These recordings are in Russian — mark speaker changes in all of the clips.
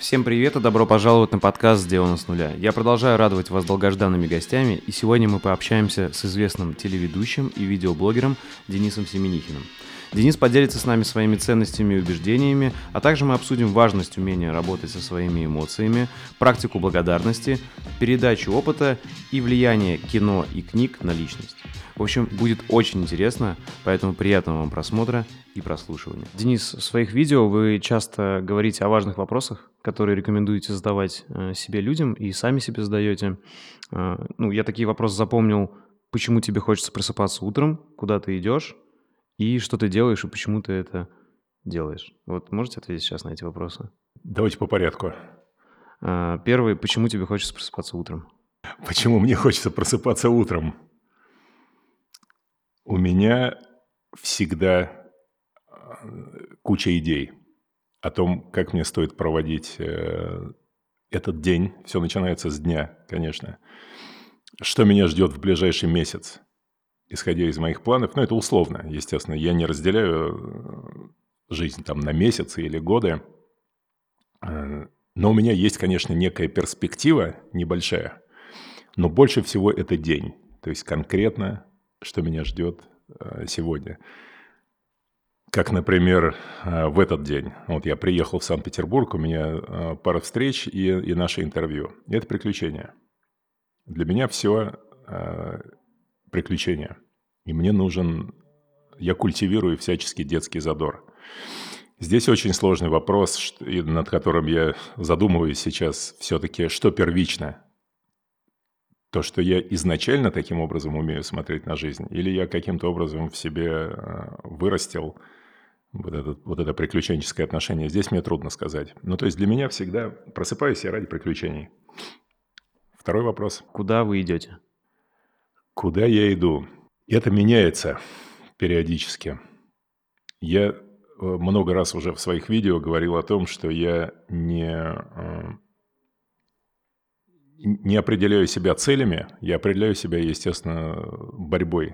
Speaker 1: Всем привет и добро пожаловать на подкаст «Сделано с нуля». Я продолжаю радовать вас долгожданными гостями, и сегодня мы пообщаемся с известным телеведущим и видеоблогером Денисом Семенихиным. Денис поделится с нами своими ценностями и убеждениями, а также мы обсудим важность умения работать со своими эмоциями, практику благодарности, передачу опыта и влияние кино и книг на личность. В общем, будет очень интересно, поэтому приятного вам просмотра и прослушивания. Денис, в своих видео вы часто говорите о важных вопросах, которые рекомендуете задавать себе людям и сами себе задаете. Я такие вопросы запомнил: почему тебе хочется просыпаться утром, куда ты идешь, и что ты делаешь, и почему ты это делаешь. Вот можете ответить сейчас на эти вопросы?
Speaker 2: Давайте по порядку.
Speaker 1: Первый: почему тебе хочется просыпаться утром?
Speaker 2: Почему мне хочется просыпаться утром? У меня всегда куча идей о том, как мне стоит проводить этот день. Все начинается с дня, конечно. Что меня ждет в ближайший месяц, исходя из моих планов. Это условно, естественно. Я не разделяю жизнь там на месяцы или годы. Но у меня есть, конечно, некая перспектива небольшая. Но больше всего это день. То есть конкретно, что меня ждет сегодня. Как, например, в этот день. Вот я приехал в Санкт-Петербург, у меня пара встреч и наше интервью. И это приключение. Для меня все приключение. И мне нужен... Я культивирую всяческий детский задор. Здесь очень сложный вопрос, над которым я задумываюсь сейчас. Все-таки, что первично? То, что я изначально таким образом умею смотреть на жизнь, или я каким-то образом в себе вырастил вот это приключенческое отношение, здесь мне трудно сказать. То есть для меня всегда просыпаюсь я ради приключений. Второй вопрос.
Speaker 1: Куда вы идете?
Speaker 2: Куда я иду? Это меняется периодически. Я много раз уже в своих видео говорил о том, что я не определяю себя целями, я определяю себя, естественно, борьбой.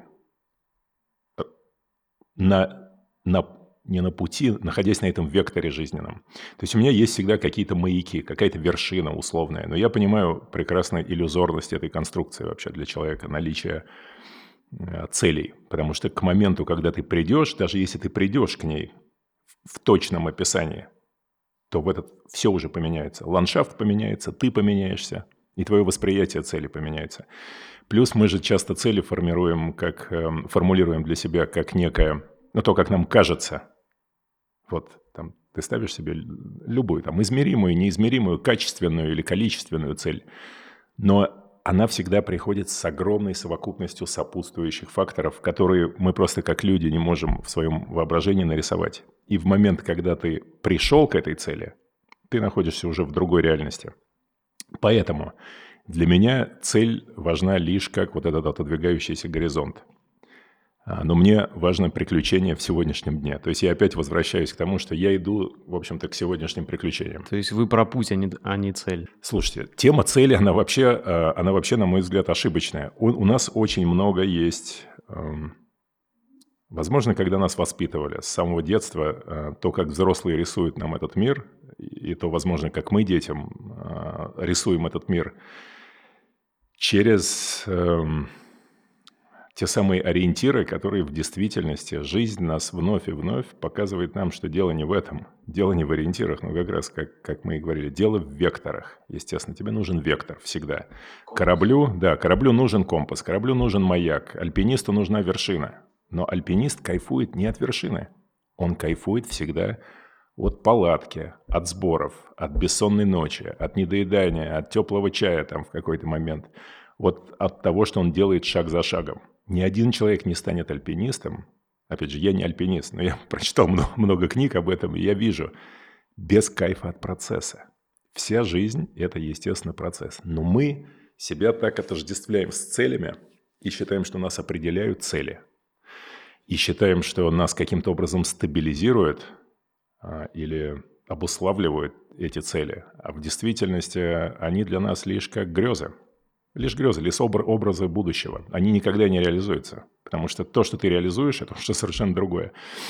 Speaker 2: Не на пути, находясь на этом векторе жизненном. То есть у меня есть всегда какие-то маяки, какая-то вершина условная. Но я понимаю прекрасно иллюзорность этой конструкции вообще для человека, наличие целей. Потому что к моменту, когда ты придешь, даже если ты придешь к ней в точном описании, то в этот все уже поменяется. Ландшафт поменяется, ты поменяешься, и твое восприятие цели поменяется. Плюс мы же часто цели формулируем для себя как некое, то, как нам кажется. Вот там ты ставишь себе любую, измеримую, неизмеримую, качественную или количественную цель. Но она всегда приходит с огромной совокупностью сопутствующих факторов, которые мы просто как люди не можем в своем воображении нарисовать. И в момент, когда ты пришел к этой цели, ты находишься уже в другой реальности. Поэтому для меня цель важна лишь как вот этот отодвигающийся горизонт. Но мне важно приключение в сегодняшнем дне. То есть я опять возвращаюсь к тому, что я иду, в общем-то, к сегодняшним приключениям.
Speaker 1: То есть вы про путь, а не цель.
Speaker 2: Слушайте, тема цели, она вообще, на мой взгляд, ошибочная. У нас очень много есть... Возможно, когда нас воспитывали с самого детства, то, как взрослые рисуют нам этот мир, и то, возможно, как мы детям рисуем этот мир через те самые ориентиры, которые в действительности жизнь нас вновь и вновь показывает нам, что дело не в этом, дело не в ориентирах, но как раз, как мы и говорили, дело в векторах. Естественно, тебе нужен вектор всегда. Кораблю нужен компас, кораблю нужен маяк, альпинисту нужна вершина. Но альпинист кайфует не от вершины. Он кайфует всегда от палатки, от сборов, от бессонной ночи, от недоедания, от теплого чая там в какой-то момент. Вот от того, что он делает шаг за шагом. Ни один человек не станет альпинистом. Опять же, я не альпинист, но я прочитал много книг об этом, и я вижу, без кайфа от процесса. Вся жизнь – это, естественно, процесс. Но мы себя так отождествляем с целями и считаем, что нас определяют цели. И считаем, что нас каким-то образом стабилизируют или обуславливают эти цели. А в действительности они для нас лишь как грезы. Лишь образы будущего. Они никогда не реализуются. Потому что то, что ты реализуешь, это что совершенно другое.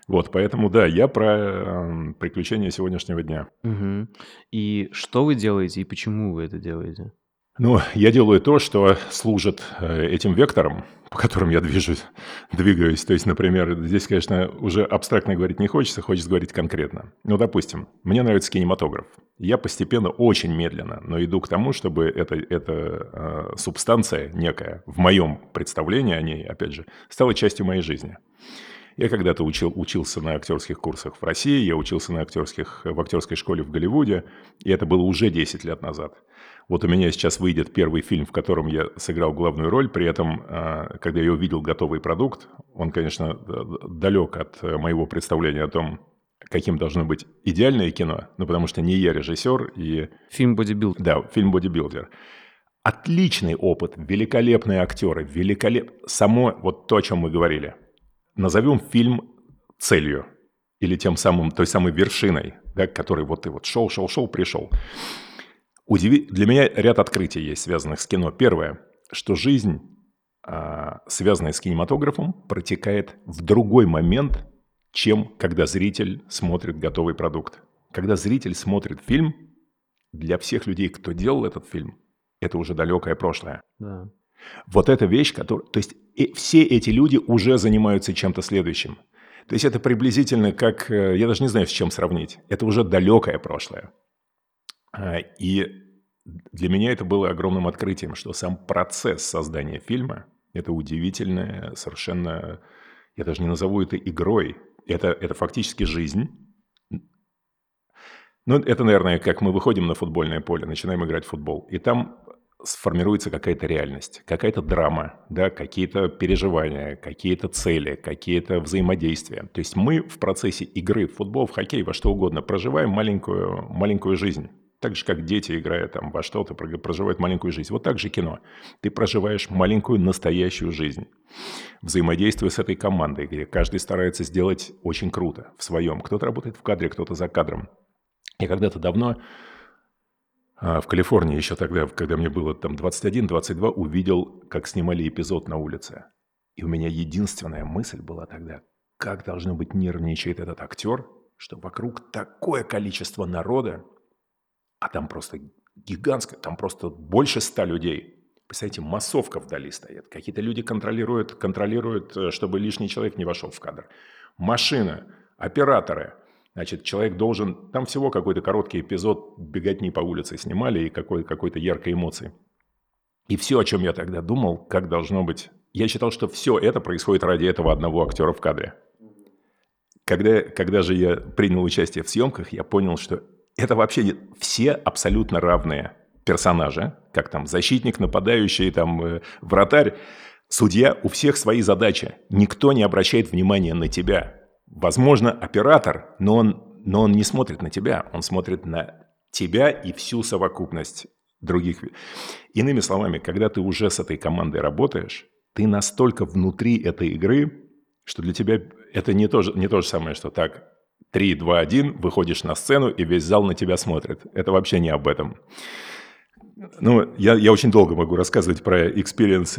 Speaker 2: Вот, поэтому, да, я про приключения сегодняшнего дня.
Speaker 1: Мгм. И что вы делаете и почему вы это делаете?
Speaker 2: Ну, я делаю то, что служит этим вектором, по которым я двигаюсь. То есть, например, здесь, конечно, уже абстрактно говорить не хочется, хочется говорить конкретно. Ну, допустим, мне нравится кинематограф. Я постепенно, очень медленно, но иду к тому, чтобы эта субстанция некая, в моем представлении о ней, опять же, стала частью моей жизни. Я когда-то учился на актерских курсах в России, я учился в актерской школе в Голливуде, и это было уже 10 лет назад. Вот у меня сейчас выйдет первый фильм, в котором я сыграл главную роль, при этом, когда я увидел готовый продукт, он, конечно, далек от моего представления о том, каким должно быть идеальное кино, ну, потому что не я режиссер, и,
Speaker 1: Фильм «Бодибилдер».
Speaker 2: да, фильм «Бодибилдер». Отличный опыт, великолепные актеры, само вот то, о чем мы говорили. Назовем фильм целью или тем самым, той самой вершиной, да, к которой вот ты вот шел, пришел. Для меня ряд открытий есть, связанных с кино. Первое, что жизнь, связанная с кинематографом, протекает в другой момент, чем когда зритель смотрит готовый продукт. Когда зритель смотрит фильм, для всех людей, кто делал этот фильм, это уже далекое прошлое.
Speaker 1: Да.
Speaker 2: Вот эта вещь, которая... То есть все эти люди уже занимаются чем-то следующим. То есть это приблизительно как... Я даже не знаю, с чем сравнить. Это уже далекое прошлое. И для меня это было огромным открытием, что сам процесс создания фильма – это удивительное, совершенно... Я даже не назову это игрой. Это фактически жизнь. Ну, это, наверное, как мы выходим на футбольное поле, начинаем играть в футбол. И там сформируется какая-то реальность, какая-то драма, да, какие-то переживания, какие-то цели, какие-то взаимодействия. То есть мы в процессе игры в футбол, в хоккей, во что угодно, проживаем маленькую жизнь. Так же, как дети, играя там во что-то, проживают маленькую жизнь. Вот так же кино. Ты проживаешь маленькую настоящую жизнь, взаимодействуя с этой командой, где каждый старается сделать очень круто в своем. Кто-то работает в кадре, кто-то за кадром. Я когда-то давно в Калифорнии, еще тогда, когда мне было там 21-22, увидел, как снимали эпизод на улице. И у меня единственная мысль была тогда, как должно быть нервничает этот актер, что вокруг такое количество народа, а там просто гигантское, там просто больше 100 людей. Представляете, массовка вдали стоит. Какие-то люди контролируют, чтобы лишний человек не вошел в кадр. Машина, операторы. Значит, человек должен... Там всего какой-то короткий эпизод беготни по улице снимали и какой-то яркой эмоции. И все, о чем я тогда думал, как должно быть... Я считал, что все это происходит ради этого одного актера в кадре. Когда же я принял участие в съемках, я понял, что это вообще все абсолютно равные персонажи, как там защитник, нападающий, там вратарь, судья, у всех свои задачи. Никто не обращает внимания на тебя. Возможно, оператор, но он не смотрит на тебя, он смотрит на тебя и всю совокупность других. Иными словами, когда ты уже с этой командой работаешь, ты настолько внутри этой игры, что для тебя это не то же самое, что так, 3, 2, 1, выходишь на сцену, и весь зал на тебя смотрит. Это вообще не об этом. Ну, я очень долго могу рассказывать про экспириенс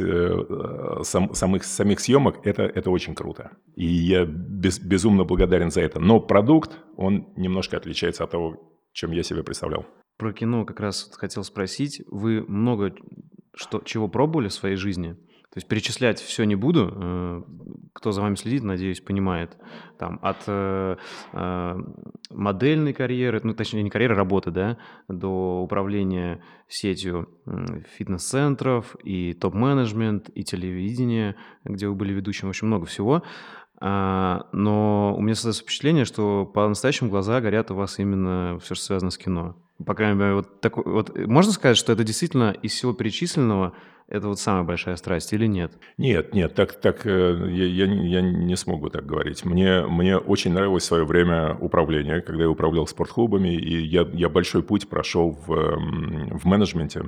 Speaker 2: самих съемок. Это очень круто. И я безумно благодарен за это. Но продукт, он немножко отличается от того, чем я себе представлял.
Speaker 1: Про кино как раз хотел спросить. Вы много чего пробовали в своей жизни? То есть перечислять все не буду. Кто за вами следит, надеюсь, понимает. Там от модельной карьеры, ну, точнее, не карьеры, работы, да, до управления сетью фитнес-центров, и топ-менеджмент, и телевидение, где вы были ведущим, в общем, много всего. Но у меня создается впечатление, что по-настоящему глаза горят у вас именно все, что связано с кино. По крайней мере, можно сказать, что это действительно из всего перечисленного это вот самая большая страсть или нет?
Speaker 2: Нет, так я не смогу так говорить. Мне очень нравилось в свое время управление, когда я управлял спортклубами, и я большой путь прошел в менеджменте.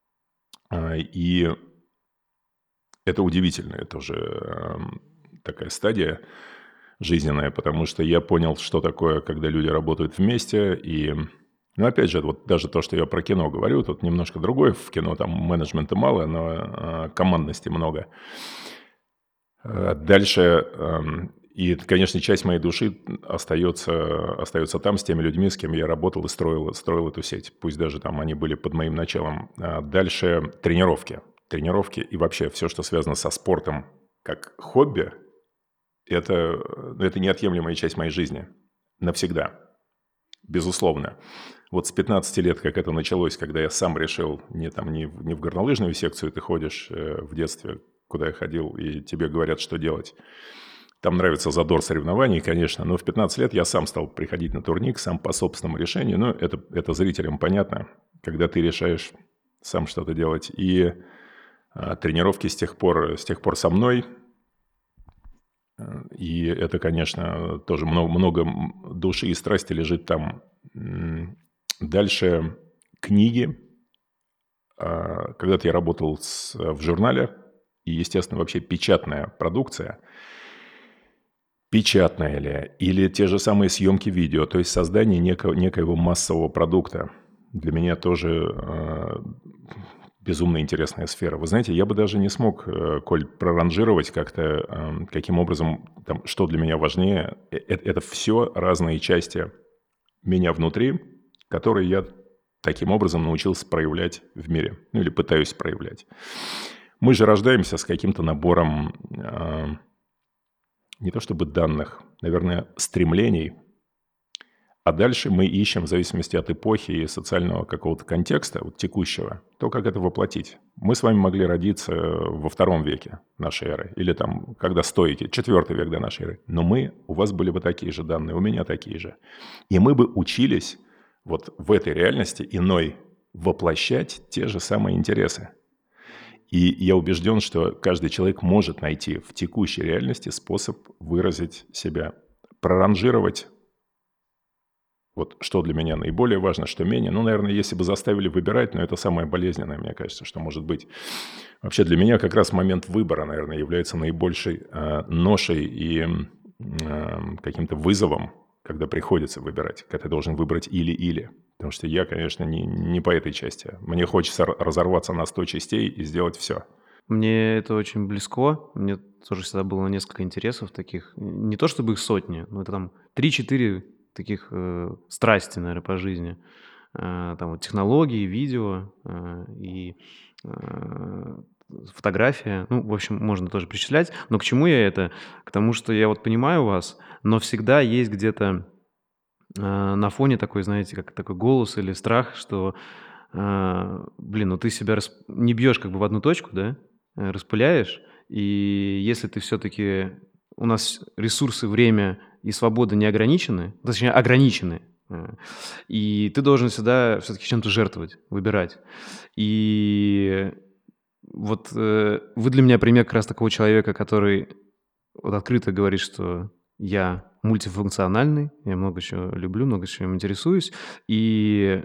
Speaker 2: И это удивительная тоже такая стадия жизненная, потому что я понял, что такое, когда люди работают вместе, и... Ну, опять же, вот даже то, что я про кино говорю, тут немножко другое. В кино там менеджмента мало, но командности много. Дальше И, конечно, часть моей души остается там, с теми людьми, с кем я работал и строил эту сеть. Пусть даже там они были под моим началом. Дальше тренировки. Тренировки и вообще все, что связано со спортом как хобби, это неотъемлемая часть моей жизни. Навсегда. Безусловно. Вот с 15 лет, как это началось, когда я сам решил, не в горнолыжную секцию ты ходишь в детстве, куда я ходил, и тебе говорят, что делать. Там нравится задор соревнований, конечно, но в 15 лет я сам стал приходить на турник, сам по собственному решению. Ну, это зрителям понятно, когда ты решаешь сам что-то делать. И тренировки с тех пор со мной. И это, конечно, тоже много души и страсти лежит там. Дальше книги. Когда-то я работал в журнале, и, естественно, вообще печатная продукция. Печатная ли, или те же самые съемки видео, то есть создание некоего массового продукта. Для меня тоже безумно интересная сфера. Вы знаете, я бы даже не смог, Коль, проранжировать как-то, каким образом, там, что для меня важнее. Это все разные части меня внутри, которые я таким образом научился проявлять в мире, ну или пытаюсь проявлять. Мы же рождаемся с каким-то набором не то чтобы данных, наверное, стремлений, а дальше мы ищем, в зависимости от эпохи и социального какого-то контекста, вот текущего, то, как это воплотить. Мы с вами могли родиться во 2 веке нашей эры, или там, когда стоики, 4 век до нашей эры. Но у вас были бы такие же данные, у меня такие же. И мы бы учились вот в этой реальности иной воплощать те же самые интересы. И я убежден, что каждый человек может найти в текущей реальности способ выразить себя, проранжировать, вот что для меня наиболее важно, что менее. Ну, наверное, если бы заставили выбирать, но это самое болезненное, мне кажется, что может быть. Вообще для меня как раз момент выбора, наверное, является наибольшей ношей и каким-то вызовом, когда приходится выбирать, когда ты должен выбрать или-или. Потому что я, конечно, не по этой части. Мне хочется разорваться на 100 частей и сделать все.
Speaker 1: Мне это очень близко. Мне тоже всегда было несколько интересов таких. Не то чтобы их сотни, но это там 3-4 таких страсти, наверное, по жизни. Там вот технологии, видео и фотография. Ну, в общем, можно тоже перечислять. Но к чему я это? К тому, что я вот понимаю вас, но всегда есть где-то на фоне такой, знаете, как такой голос или страх, что, блин, ну ты себя не бьешь как бы в одну точку, да, распыляешь, и если ты все-таки... У нас ресурсы, время и свобода не ограничены, точнее, ограничены, и ты должен всегда все-таки чем-то жертвовать, выбирать. И вот вы для меня пример как раз такого человека, который вот открыто говорит, что я мультифункциональный, я много чего люблю, много чего интересуюсь, и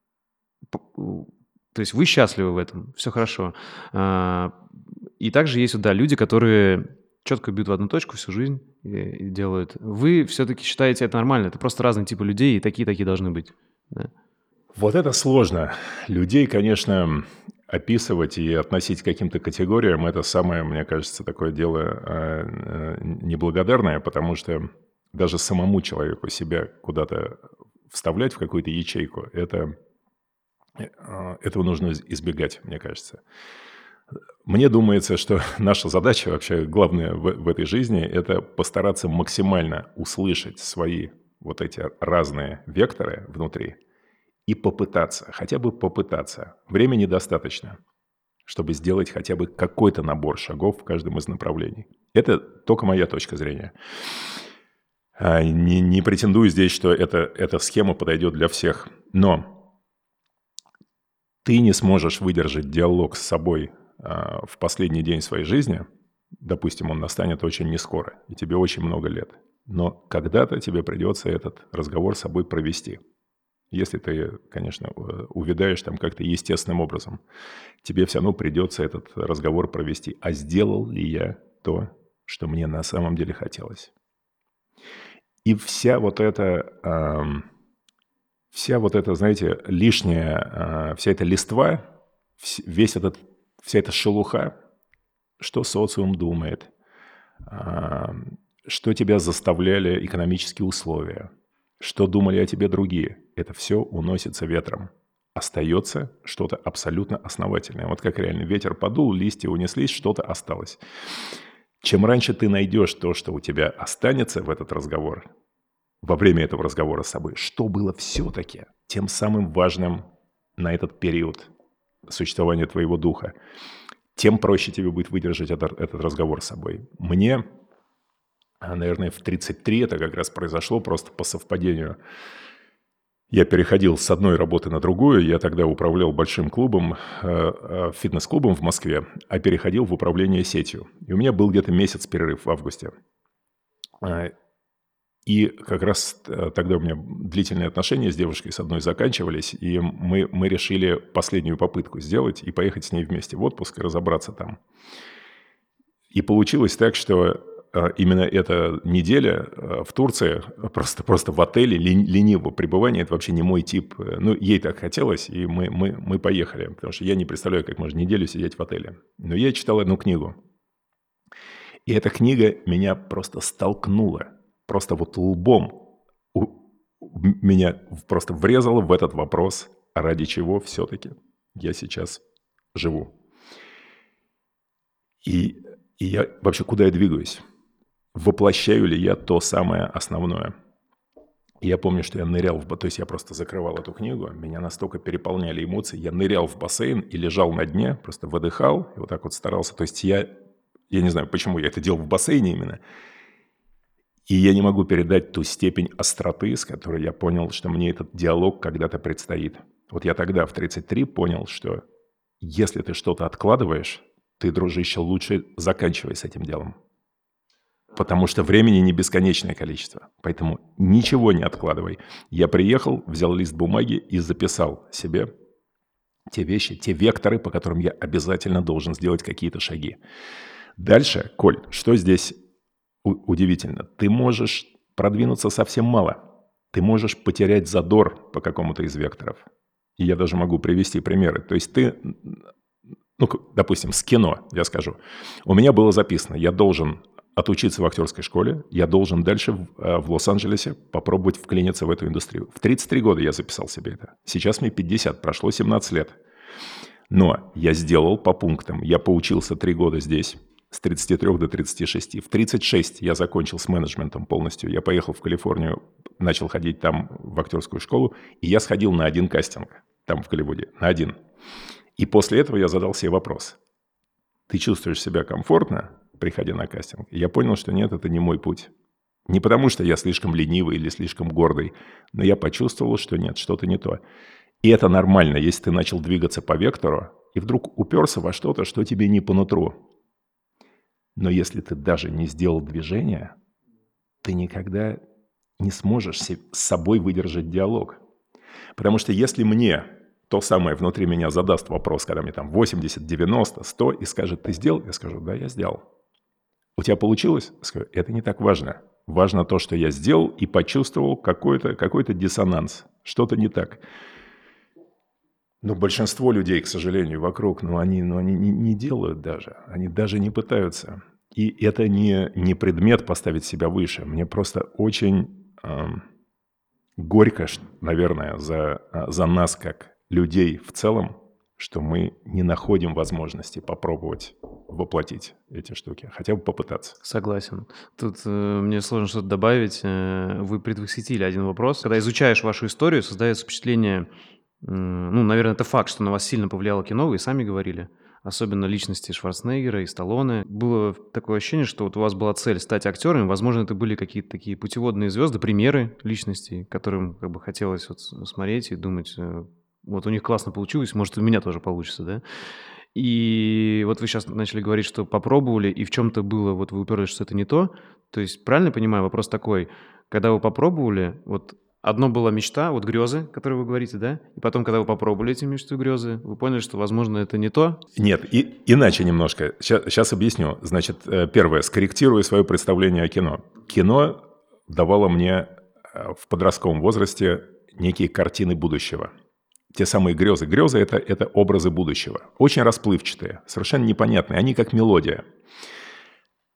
Speaker 1: то есть вы счастливы в этом, все хорошо. И также есть, да, люди, которые четко бьют в одну точку всю жизнь и делают. Вы все-таки считаете это нормально, это просто разные типы людей, и такие должны быть. Да.
Speaker 2: Вот это сложно. Людей, конечно, описывать и относить к каким-то категориям – это самое, мне кажется, такое дело неблагодарное, потому что даже самому человеку себя куда-то вставлять в какую-то ячейку, этого нужно избегать, мне кажется. Мне думается, что наша задача вообще главная в этой жизни – это постараться максимально услышать свои вот эти разные векторы внутри и попытаться, хотя бы попытаться. Времени достаточно, чтобы сделать хотя бы какой-то набор шагов в каждом из направлений. Это только моя точка зрения. Не претендую здесь, что эта схема подойдет для всех. Но ты не сможешь выдержать диалог с собой в последний день своей жизни. Допустим, он настанет очень нескоро, и тебе очень много лет. Но когда-то тебе придется этот разговор с собой провести. Если ты, конечно, увядаешь там как-то естественным образом, тебе все равно придется этот разговор провести. А сделал ли я то, что мне на самом деле хотелось? И вся вот эта, знаете, лишняя, вся эта листва, вся эта шелуха, что социум думает, что тебя заставляли экономические условия, что думали о тебе другие. Это все уносится ветром. Остается что-то абсолютно основательное. Вот как реально ветер подул, листья унеслись, что-то осталось. Чем раньше ты найдешь то, что у тебя останется в этот разговор, во время этого разговора с собой, что было все-таки тем самым важным на этот период существования твоего духа, тем проще тебе будет выдержать этот разговор с собой. Мне, наверное, в 33 это как раз произошло просто по совпадению. Я переходил с одной работы на другую. Я тогда управлял большим клубом, фитнес-клубом в Москве, а переходил в управление сетью. И у меня был где-то месяц перерыв в августе. И как раз тогда у меня длительные отношения с девушкой с одной заканчивались, и мы решили последнюю попытку сделать и поехать с ней вместе в отпуск и разобраться там. И получилось так, что именно эта неделя в Турции, просто в отеле ленивого пребывания, это вообще не мой тип. Ну, ей так хотелось, и мы поехали, потому что я не представляю, как можно неделю сидеть в отеле. Но я читал одну книгу, и эта книга меня просто столкнула. Просто вот лбом меня просто врезало в этот вопрос, ради чего все-таки я сейчас живу. И я вообще куда я двигаюсь? Воплощаю ли я то самое основное? И я помню, что я нырял то есть я просто закрывал эту книгу, меня настолько переполняли эмоции, я нырял в бассейн и лежал на дне, просто выдыхал, и вот так вот старался. То есть я не знаю, почему я это делал в бассейне именно. И я не могу передать ту степень остроты, с которой я понял, что мне этот диалог когда-то предстоит. Вот я тогда, в 33, понял, что если ты что-то откладываешь, ты, дружище, лучше заканчивай с этим делом. Потому что времени не бесконечное количество. Поэтому ничего не откладывай. Я приехал, взял лист бумаги и записал себе те вещи, те векторы, по которым я обязательно должен сделать какие-то шаги. Дальше, Коль, что здесь удивительно? Ты можешь продвинуться совсем мало. Ты можешь потерять задор по какому-то из векторов. И я даже могу привести примеры. То есть ты, допустим, с кино, я скажу. У меня было записано, я должен отучиться в актерской школе, я должен дальше в Лос-Анджелесе попробовать вклиниться в эту индустрию. В 33 года я записал себе это. Сейчас мне 50, прошло 17 лет. Но я сделал по пунктам. Я поучился 3 года здесь, с 33 до 36. В 36 я закончил с менеджментом полностью. Я поехал в Калифорнию, начал ходить там в актерскую школу, и я сходил на один кастинг там в Голливуде, на один. И после этого я задал себе вопрос. Ты чувствуешь себя комфортно, приходя на кастинг? И я понял, что нет, это не мой путь. Не потому, что я слишком ленивый или слишком гордый, но я почувствовал, что нет, что-то не то. И это нормально, если ты начал двигаться по вектору и вдруг уперся во что-то, что тебе не по нутру. Но если ты даже не сделал движение, ты никогда не сможешь с собой выдержать диалог. Потому что если мне то самое внутри меня задаст вопрос, когда мне там 80, 90, 100, и скажет, ты сделал? Я скажу, да, я сделал. У тебя получилось? Я скажу, это не так важно. Важно то, что я сделал и почувствовал какой-то диссонанс, что-то не так. Но большинство людей, к сожалению, вокруг, они не делают даже. Они даже не пытаются. И это не предмет поставить себя выше. Мне просто очень горько, наверное, за нас, как людей в целом, что мы не находим возможности попробовать воплотить эти штуки. Хотя бы попытаться.
Speaker 1: Согласен. Тут мне сложно что-то добавить. Вы предвосхитили один вопрос. Когда изучаешь вашу историю, создается впечатление, наверное, это факт, что на вас сильно повлияло кино, вы сами говорили. Особенно личности Шварценеггера и Сталлоне. Было такое ощущение, что вот у вас была цель стать актером. Возможно, это были какие-то такие путеводные звезды, примеры личностей, которым как бы хотелось вот смотреть и думать, вот у них классно получилось, может, у меня тоже получится, да? И вот вы сейчас начали говорить, что попробовали, и в чем-то было, вот вы уперлись, что это не то. То есть, правильно понимаю, вопрос такой, когда вы попробовали, вот одно была мечта, вот грезы, которые вы говорите, да? И потом, когда вы попробовали эти мечты, грезы, вы поняли, что, возможно, это не то?
Speaker 2: Нет, иначе немножко. Сейчас объясню. Значит, первое, скорректирую свое представление о кино. Кино давало мне в подростковом возрасте некие картины будущего. Те самые грезы. Грезы – это образы будущего. Очень расплывчатые, совершенно непонятные. Они как мелодия.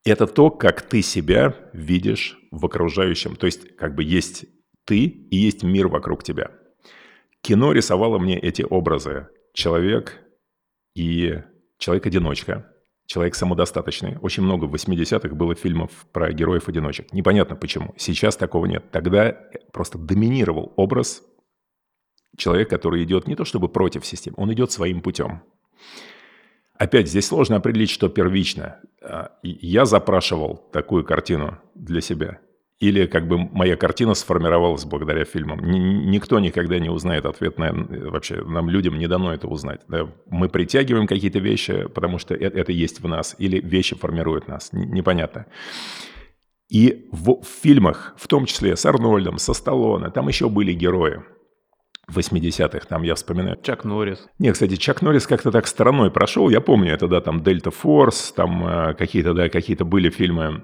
Speaker 2: Это то, как ты себя видишь в окружающем. То есть как бы есть ты и есть мир вокруг тебя. Кино рисовало мне эти образы. Человек и человек-одиночка, человек самодостаточный. Очень много в 80-х было фильмов про героев-одиночек. Непонятно почему. Сейчас такого нет. Тогда просто доминировал образ человека, который идет не то чтобы против системы, он идет своим путем. Опять, здесь сложно определить, что первично. Я запрашивал такую картину для себя. Или как бы моя картина сформировалась благодаря фильмам. Никто никогда не узнает ответ на... Вообще, нам, людям, не дано это узнать. Да? Мы притягиваем какие-то вещи, потому что это есть в нас. Или вещи формируют нас. Непонятно. И в фильмах, в том числе с Арнольдом, со Сталлоне, там еще были герои. В 80-х, там я вспоминаю.
Speaker 1: Чак Норрис.
Speaker 2: Нет, кстати, Чак Норрис как-то так стороной прошел. Я помню, это, да, там Дельта Форс, там какие-то были фильмы.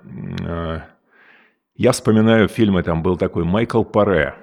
Speaker 2: Я вспоминаю фильмы, там был такой Майкл Паре.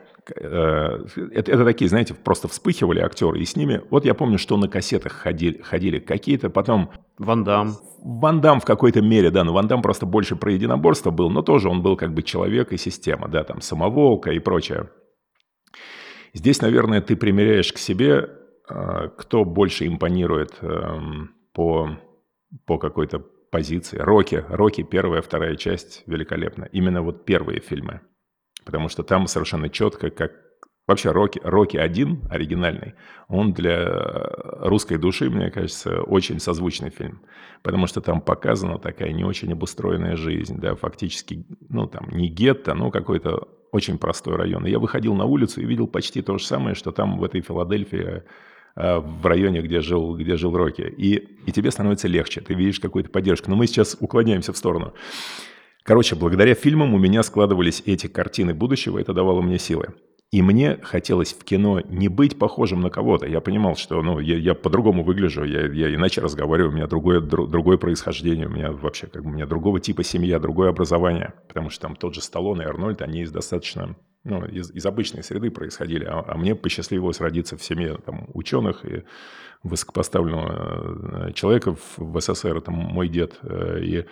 Speaker 2: Это такие, знаете, просто вспыхивали актеры, и с ними... Вот я помню, что на кассетах ходили какие-то, потом...
Speaker 1: Ван Дамм.
Speaker 2: Ван Дамм в какой-то мере, да, но Ван Дамм просто больше про единоборство был, но тоже он был как бы человек и система, да, там Самоволка и прочее. Здесь, наверное, ты примеряешь к себе, кто больше импонирует по какой-то позиции. Рокки, первая, вторая часть великолепна. Именно вот первые фильмы. Потому что там совершенно четко, как... Вообще Рокки 1, оригинальный, он для русской души, мне кажется, очень созвучный фильм. Потому что там показана такая не очень обустроенная жизнь, да, фактически, ну, там, не гетто, но какой-то очень простой район. И я выходил на улицу и видел почти то же самое, что там в этой Филадельфии, в районе, где жил Рокки. И тебе становится легче, ты видишь какую-то поддержку. Но мы сейчас уклоняемся в сторону. Короче, благодаря фильмам у меня складывались эти картины будущего, это давало мне силы. И мне хотелось в кино не быть похожим на кого-то. Я понимал, что я по-другому выгляжу, я иначе разговариваю, у меня другое происхождение, у меня вообще как бы у меня другого типа семья, другое образование. Потому что там тот же Сталлоне и Арнольд, они из достаточно, из обычной среды происходили. А мне посчастливилось родиться в семье там, ученых и высокопоставленного человека в СССР, это мой дед. И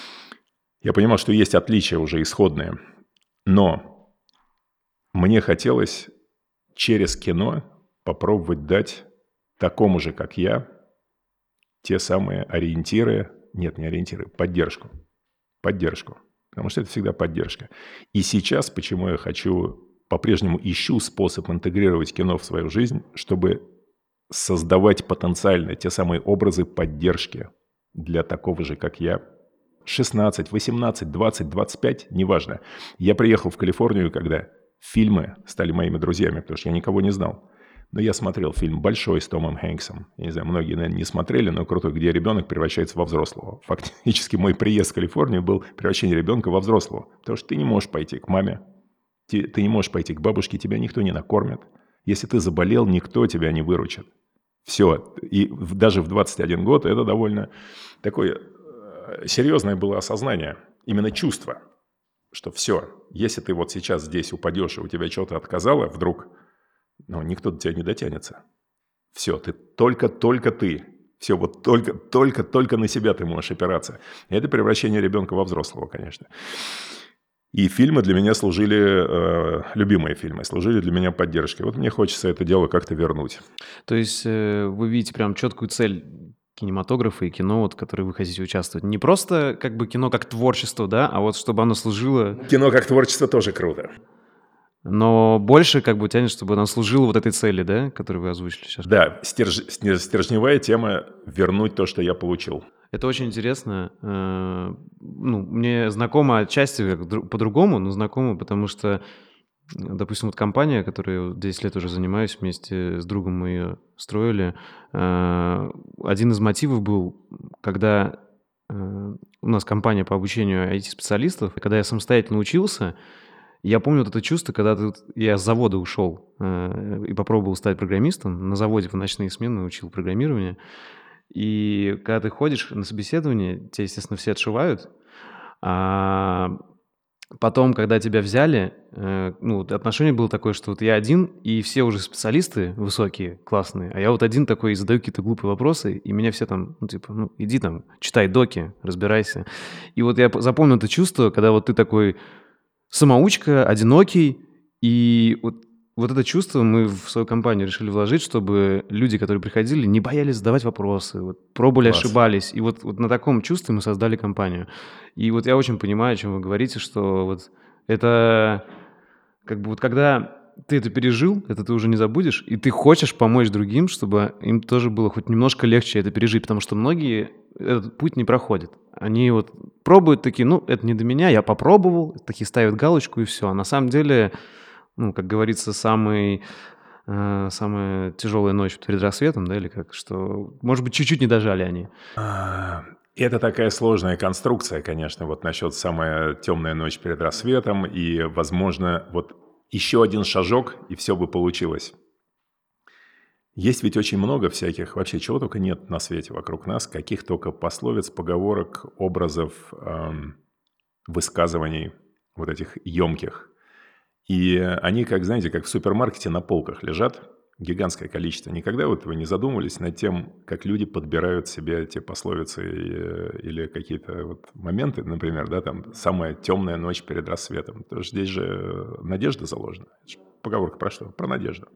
Speaker 2: я понимал, что есть отличия уже исходные. Но мне хотелось через кино попробовать дать такому же, как я, те самые ориентиры, нет, не ориентиры, поддержку. Поддержку. Потому что это всегда поддержка. И сейчас, почему я по-прежнему ищу способ интегрировать кино в свою жизнь, чтобы создавать потенциально те самые образы поддержки для такого же, как я, 16, 18, 20, 25, неважно. Я приехал в Калифорнию, когда фильмы стали моими друзьями, потому что я никого не знал. Но я смотрел фильм «Большой» с Томом Хэнксом. Я не знаю, многие, наверное, не смотрели, но крутой, где ребенок превращается во взрослого. Фактически мой приезд в Калифорнию был превращение ребенка во взрослого. Потому что ты не можешь пойти к маме, ты не можешь пойти к бабушке, тебя никто не накормит. Если ты заболел, никто тебя не выручит. Все. И даже в 21 год это довольно такое серьезное было осознание, именно чувство, что все, если ты вот сейчас здесь упадешь, и у тебя что-то отказало вдруг, никто до тебя не дотянется. Все, ты только ты. Все, вот только на себя ты можешь опираться. И это превращение ребенка во взрослого, конечно. И фильмы для меня служили, любимые фильмы, служили для меня поддержкой. Вот мне хочется это дело как-то вернуть.
Speaker 1: То есть вы видите прям четкую цель кинематографа и кино, вот, в которой вы хотите участвовать. Не просто как бы кино как творчество, да, а вот чтобы оно служило...
Speaker 2: Кино как творчество тоже круто.
Speaker 1: Но больше как бы тянет, чтобы оно служило вот этой цели, да, которую вы озвучили сейчас.
Speaker 2: Да, стержневая тема – вернуть то, что я получил.
Speaker 1: Это очень интересно. Мне знакомо отчасти по-другому, но знакомо, потому что, допустим, вот компания, которой 10 лет уже занимаюсь, вместе с другом мы ее строили, один из мотивов был, когда у нас компания по обучению IT-специалистов, и когда я самостоятельно учился, я помню вот это чувство, когда я с завода ушел и попробовал стать программистом, на заводе в ночные смены учил программирование, и когда ты ходишь на собеседование, тебя, естественно, все отшивают, а Потом, когда тебя взяли, ну, вот отношение было такое, что вот я один, и все уже специалисты высокие, классные, а я вот один такой и задаю какие-то глупые вопросы, и меня все там, ну, типа, ну, иди там, читай доки, разбирайся. И вот я запомнил это чувство, когда вот ты такой самоучка, одинокий, и вот это чувство мы в свою компанию решили вложить, чтобы люди, которые приходили, не боялись задавать вопросы, вот, пробовали,
Speaker 2: Класс.
Speaker 1: ошибались. И вот на таком чувстве мы создали компанию. И вот я очень понимаю, о чем вы говорите, что вот это как бы вот когда ты это пережил, это ты уже не забудешь, и ты хочешь помочь другим, чтобы им тоже было хоть немножко легче это пережить, потому что многие этот путь не проходят. Они вот пробуют такие, ну, это не до меня, я попробовал, такие ставят галочку и все. А на самом деле, ну, как говорится, самая тяжелая ночь перед рассветом, да, или как, что, может быть, чуть-чуть не дожали они.
Speaker 2: А, Это такая сложная конструкция, конечно, вот насчет «самая темная ночь перед рассветом», и, возможно, вот еще один шажок, и все бы получилось. Есть ведь очень много всяких, вообще чего только нет на свете вокруг нас, каких только пословиц, поговорок, образов, высказываний вот этих емких. И они, как, знаете, как в супермаркете на полках лежат, гигантское количество. Никогда вот вы не задумывались над тем, как люди подбирают себе те пословицы или какие-то вот моменты, например, да, там «самая темная ночь перед рассветом». Потому что здесь же надежда заложена. Это ж поговорка про что? Про надежду.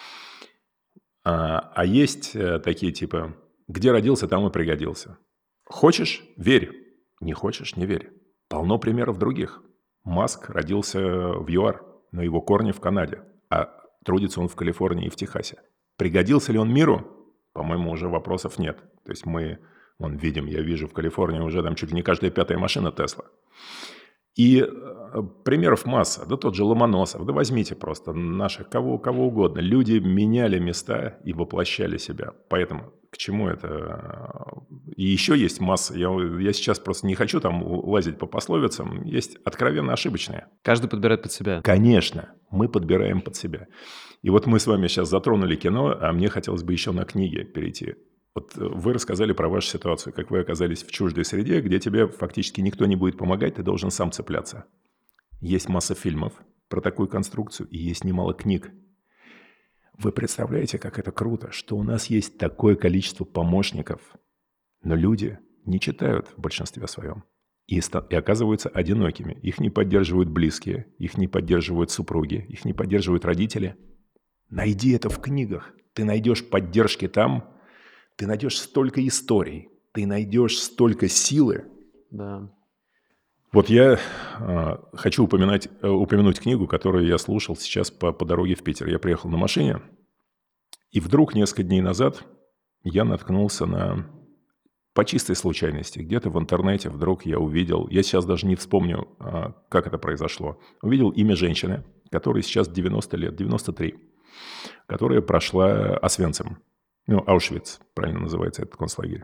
Speaker 2: А есть такие типа «где родился, там и пригодился». Хочешь – верь, не хочешь – не верь. Полно примеров других. Маск родился в ЮАР, но его корни в Канаде, а трудится он в Калифорнии и в Техасе. Пригодился ли он миру? По-моему, уже вопросов нет. То есть мы, я вижу в Калифорнии уже там чуть ли не каждая пятая машина Тесла. И примеров масса. Да тот же Ломоносов. Да возьмите просто наших, кого угодно. Люди меняли места и воплощали себя. Поэтому к чему это? И еще есть масса. Я сейчас просто не хочу там лазить по пословицам. Есть откровенно ошибочные.
Speaker 1: Каждый подбирает под себя.
Speaker 2: Конечно, мы подбираем под себя. И вот мы с вами сейчас затронули кино, а мне хотелось бы еще на книги перейти. Вот вы рассказали про вашу ситуацию, как вы оказались в чуждой среде, где тебе фактически никто не будет помогать, ты должен сам цепляться. Есть масса фильмов про такую конструкцию, и есть немало книг. Вы представляете, как это круто, что у нас есть такое количество помощников, но люди не читают в большинстве своем и оказываются одинокими. Их не поддерживают близкие, их не поддерживают супруги, их не поддерживают родители. Найди это в книгах. Ты найдешь поддержки там, ты найдешь столько историй, ты найдешь столько силы.
Speaker 1: Да.
Speaker 2: Вот я хочу упомянуть книгу, которую я слушал сейчас по дороге в Питер. Я приехал на машине, и вдруг несколько дней назад я наткнулся по чистой случайности, где-то в интернете вдруг я увидел, я сейчас даже не вспомню, как это произошло, увидел имя женщины, которой сейчас 90 лет, 93, которая прошла Освенцим. Аушвиц, правильно называется этот концлагерь.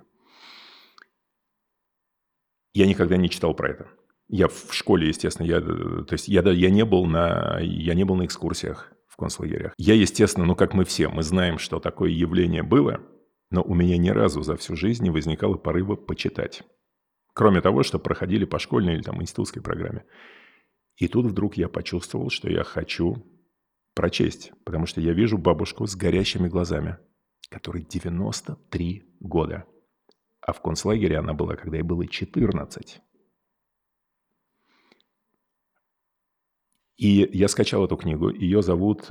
Speaker 2: Я никогда не читал про это. Я в школе, естественно, я не был на экскурсиях в концлагерях. Я, естественно, как мы все, мы знаем, что такое явление было, но у меня ни разу за всю жизнь не возникало порыва почитать. Кроме того, что проходили по школьной или там институтской программе. И тут вдруг я почувствовал, что я хочу прочесть, потому что я вижу бабушку с горящими глазами, которой 93 года. А в концлагере она была, когда ей было 14. И я скачал эту книгу. Ее зовут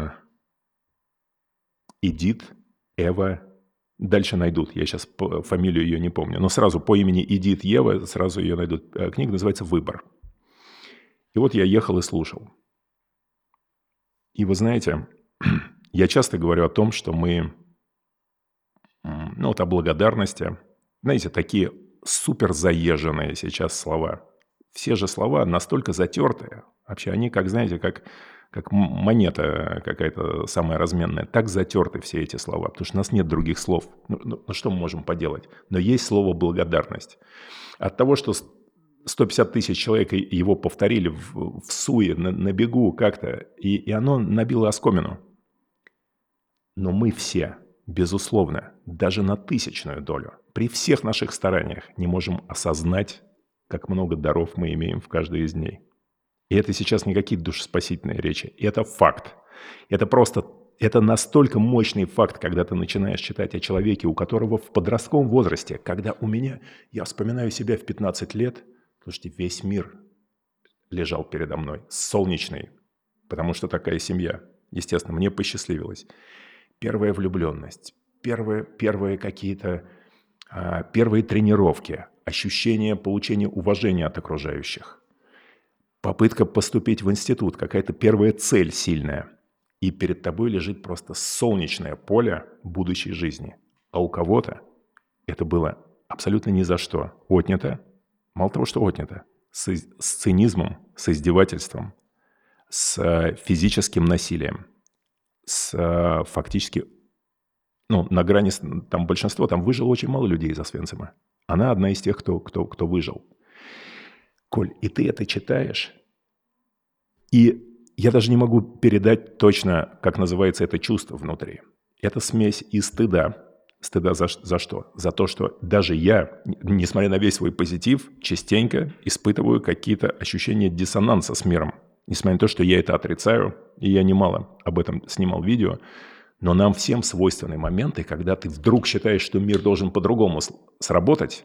Speaker 2: Эдит Эва. Дальше найдут. Я сейчас фамилию ее не помню. Но сразу по имени Эдит Ева сразу ее найдут. Книга называется «Выбор». И вот я ехал и слушал. И вы знаете, я часто говорю о том, что мы... о благодарности. Знаете, такие супер заезженные сейчас слова. Все же слова настолько затертые. Вообще они, как монета какая-то самая разменная. Так затерты все эти слова, потому что у нас нет других слов. Что мы можем поделать? Но есть слово «благодарность». От того, что 150 тысяч человек его повторили в суе, на бегу как-то, и оно набило оскомину. Но мы все... безусловно, даже на 1000-ную долю, при всех наших стараниях не можем осознать, как много даров мы имеем в каждой из дней. И это сейчас не какие-то душеспасительные речи. Это факт. Это настолько мощный факт, когда ты начинаешь читать о человеке, у которого в подростковом возрасте, когда я вспоминаю себя в 15 лет, слушайте, весь мир лежал передо мной, солнечный, потому что такая семья. Естественно, мне посчастливилось. Первая влюбленность, первые какие-то, первые тренировки, ощущение получения уважения от окружающих, попытка поступить в институт, какая-то первая цель сильная. И перед тобой лежит просто солнечное поле будущей жизни. А у кого-то это было абсолютно ни за что отнято. Мало того, что отнято, с цинизмом, с издевательством, с физическим насилием, с фактически, на грани, там большинство, там выжило очень мало людей из Освенцима. Она одна из тех, кто выжил. Коль, и ты это читаешь, и я даже не могу передать точно, как называется это чувство внутри. Это смесь и стыда. Стыда за что? За то, что даже я, несмотря на весь свой позитив, частенько испытываю какие-то ощущения диссонанса с миром. Несмотря на то, что я это отрицаю, и я немало об этом снимал видео, но нам всем свойственны моменты, когда ты вдруг считаешь, что мир должен по-другому сработать,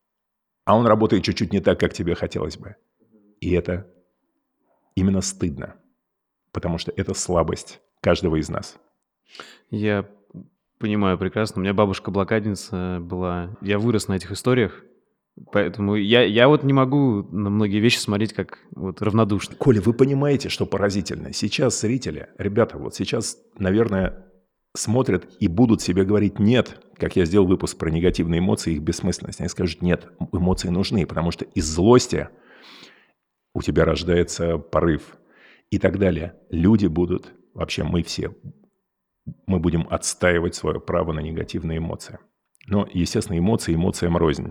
Speaker 2: а он работает чуть-чуть не так, как тебе хотелось бы. И это именно стыдно. Потому что это слабость каждого из нас.
Speaker 1: Я понимаю прекрасно. У меня бабушка блокадница была. Я вырос на этих историях, поэтому я вот не могу на многие вещи смотреть как вот равнодушно.
Speaker 2: Коля, вы понимаете, что поразительно? Сейчас зрители, ребята, вот сейчас, наверное, смотрят и будут себе говорить «нет», как я сделал выпуск про негативные эмоции и их бессмысленность. Они скажут «нет, эмоции нужны», потому что из злости у тебя рождается порыв. И так далее. Люди будут, вообще мы все, мы будем отстаивать свое право на негативные эмоции. Но, естественно, эмоциям рознь.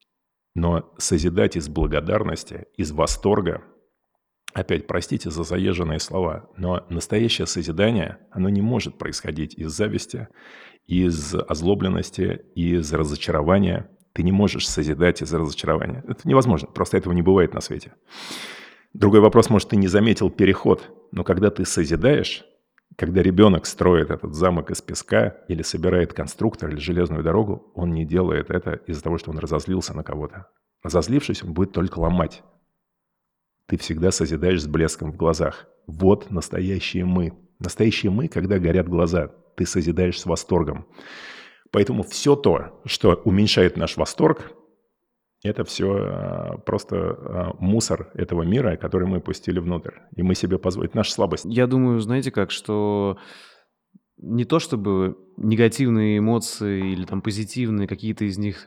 Speaker 2: Но созидать из благодарности, из восторга, опять, простите за заезженные слова, но настоящее созидание, оно не может происходить из зависти, из озлобленности, из разочарования. Ты не можешь созидать из разочарования. Это невозможно, просто этого не бывает на свете. Другой вопрос, может, ты не заметил переход, но когда ты созидаешь, когда ребенок строит этот замок из песка или собирает конструктор или железную дорогу, он не делает это из-за того, что он разозлился на кого-то. Разозлившись, он будет только ломать. Ты всегда созидаешь с блеском в глазах. Вот настоящие мы. Настоящие мы, когда горят глаза, ты созидаешь с восторгом. Поэтому все то, что уменьшает наш восторг, это все просто мусор этого мира, который мы пустили внутрь. И мы себе позволим. Это наша слабость.
Speaker 1: Я думаю, знаете как, что не то чтобы негативные эмоции или там позитивные, какие-то из них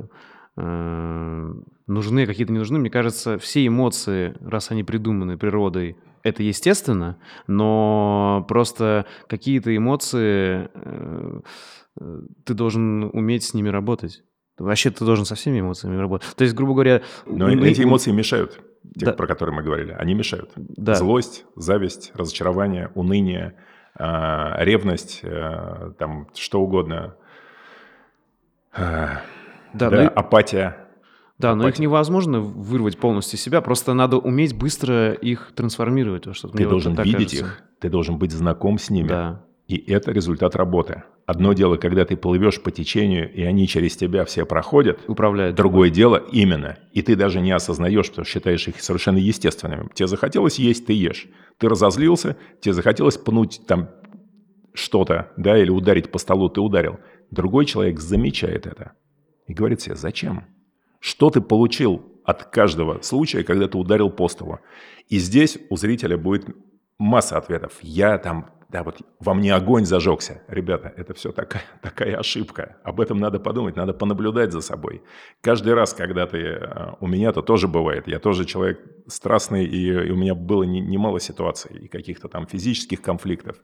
Speaker 1: нужны, какие-то не нужны. Мне кажется, все эмоции, раз они придуманы природой, это естественно, но просто какие-то эмоции ты должен уметь с ними работать. Вообще ты должен со всеми эмоциями работать. То есть, грубо говоря...
Speaker 2: Но эти эмоции мешают, про которые мы говорили. Они мешают.
Speaker 1: Да.
Speaker 2: Злость, зависть, разочарование, уныние, ревность, там что угодно. Апатия.
Speaker 1: Да, но их невозможно вырвать полностью из себя, просто надо уметь быстро их трансформировать во что-то.
Speaker 2: Ты должен видеть их, ты должен быть знаком с ними.
Speaker 1: Да.
Speaker 2: И это результат работы. Одно дело, когда ты плывешь по течению, и они через тебя все проходят.
Speaker 1: Управляют.
Speaker 2: Другое дело именно. И ты даже не осознаешь, потому что считаешь их совершенно естественными. Тебе захотелось есть, ты ешь. Ты разозлился, тебе захотелось пнуть там что-то, да, или ударить по столу, ты ударил. Другой человек замечает это и говорит себе, зачем? Что ты получил от каждого случая, когда ты ударил по столу? И здесь у зрителя будет масса ответов. Я там... Да, вот во мне огонь зажегся. Ребята, это все такая ошибка. Об этом надо подумать, надо понаблюдать за собой. Каждый раз, когда ты... У меня-то тоже бывает. Я тоже человек страстный, и у меня было немало ситуаций и каких-то там физических конфликтов.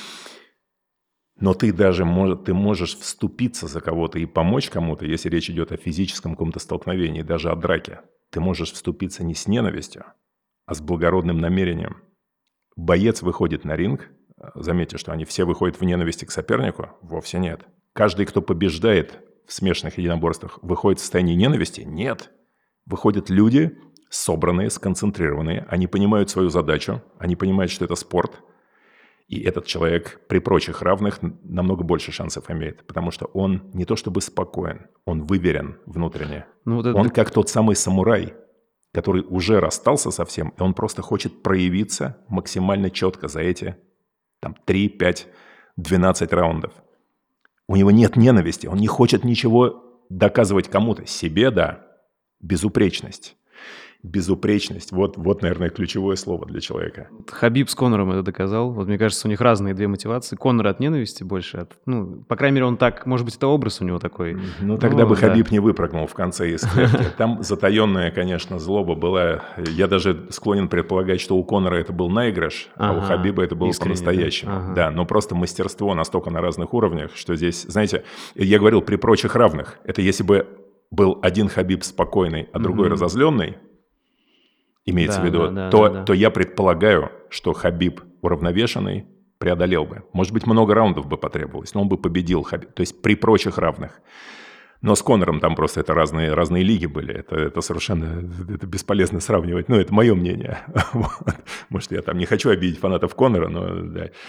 Speaker 2: Но ты даже ты можешь вступиться за кого-то и помочь кому-то, если речь идет о физическом каком-то столкновении, даже о драке. Ты можешь вступиться не с ненавистью, а с благородным намерением. Боец выходит на ринг. Заметьте, что они все выходят в ненависти к сопернику? Вовсе нет. Каждый, кто побеждает в смешанных единоборствах, выходит в состоянии ненависти? Нет. Выходят люди, собранные, сконцентрированные, они понимают свою задачу, они понимают, что это спорт, и этот человек при прочих равных намного больше шансов имеет, потому что он не то чтобы спокоен, он выверен внутренне.
Speaker 1: Ну, вот
Speaker 2: Он
Speaker 1: это...
Speaker 2: как тот самый самурай, который уже расстался со всем, и он просто хочет проявиться максимально четко за эти там, 3, 5, 12 раундов. У него нет ненависти, он не хочет ничего доказывать кому-то. Себе, да, безупречность. Безупречность. Вот, наверное, ключевое слово для человека.
Speaker 1: Хабиб с Конором это доказал. Вот мне кажется, у них разные две мотивации. Конор от ненависти больше. Ну, по крайней мере, он так... Может быть, это образ у него такой.
Speaker 2: Ну, тогда бы Хабиб не выпрыгнул в конце из клетки. Там затаенная, конечно, злоба была. Я даже склонен предполагать, что у Конора это был наигрыш, а у Хабиба это было по-настоящему. Да, но просто мастерство настолько на разных уровнях, что здесь... Знаете, я говорил при прочих равных. Это если бы был один Хабиб спокойный, а другой разозленный, имеется в виду, то я предполагаю, что Хабиб уравновешенный преодолел бы. Может быть, много раундов бы потребовалось, но он бы победил Хабиб. То есть при прочих равных. Но с Конором там просто это разные лиги были. Это совершенно это бесполезно сравнивать. Ну, это мое мнение. Может, я там не хочу обидеть фанатов Конора, но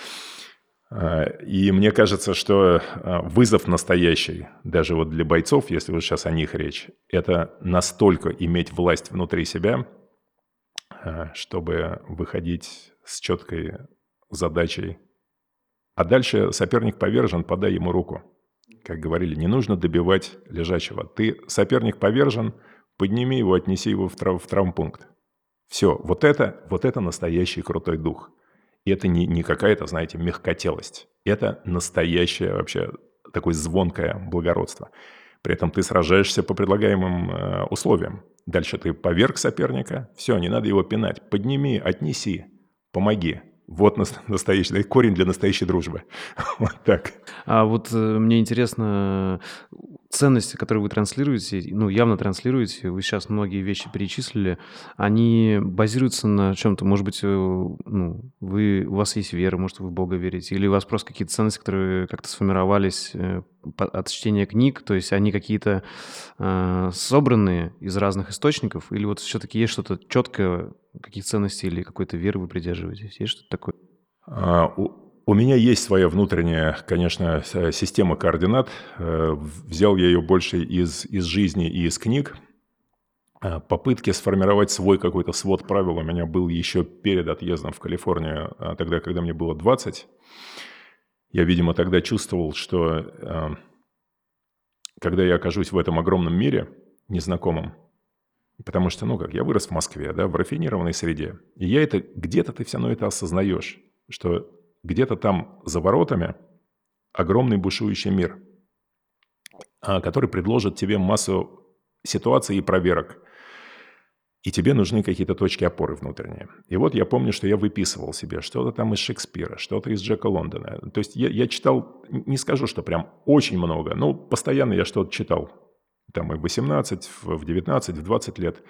Speaker 2: да. И мне кажется, что вызов настоящий, даже вот для бойцов, если вот сейчас о них речь, это настолько иметь власть внутри себя, чтобы выходить с четкой задачей. А дальше соперник повержен, подай ему руку. Как говорили, не нужно добивать лежачего. Соперник повержен, подними его, отнеси его в травмпункт. Все, вот это настоящий крутой дух. И это не какая-то, знаете, мягкотелость. Это настоящее вообще такое звонкое благородство. При этом ты сражаешься по предлагаемым условиям. Дальше ты поверг соперника. Все, не надо его пинать. Подними, отнеси, помоги. Вот настоящий корень для настоящей дружбы. Вот так.
Speaker 1: А вот мне интересно, ценности, которые вы транслируете, ну, явно транслируете, вы сейчас многие вещи перечислили, они базируются на чем-то, может быть, ну, у вас есть вера, может, вы в Бога верите, или у вас просто какие-то ценности, которые как-то сформировались от чтения книг, то есть они какие-то собранные из разных источников, или вот все-таки есть что-то четкое, каких ценностей или какой-то веры вы придерживаетесь? Есть что-то такое?
Speaker 2: У меня есть своя внутренняя, конечно, система координат. Взял я ее больше из жизни и из книг. Попытки сформировать свой какой-то свод правил у меня был еще перед отъездом в Калифорнию, тогда, когда мне было 20. Я, видимо, тогда чувствовал, что когда я окажусь в этом огромном мире, незнакомом, потому что, я вырос в Москве, да, в рафинированной среде, и я это, где-то ты все равно это осознаешь, что где-то там за воротами огромный бушующий мир, который предложит тебе массу ситуаций и проверок. И тебе нужны какие-то точки опоры внутренние. И вот я помню, что я выписывал себе что-то там из Шекспира, что-то из Джека Лондона. То есть я читал, не скажу, что прям очень много, но постоянно я что-то читал. Там и в 18, в 19, в 20 лет.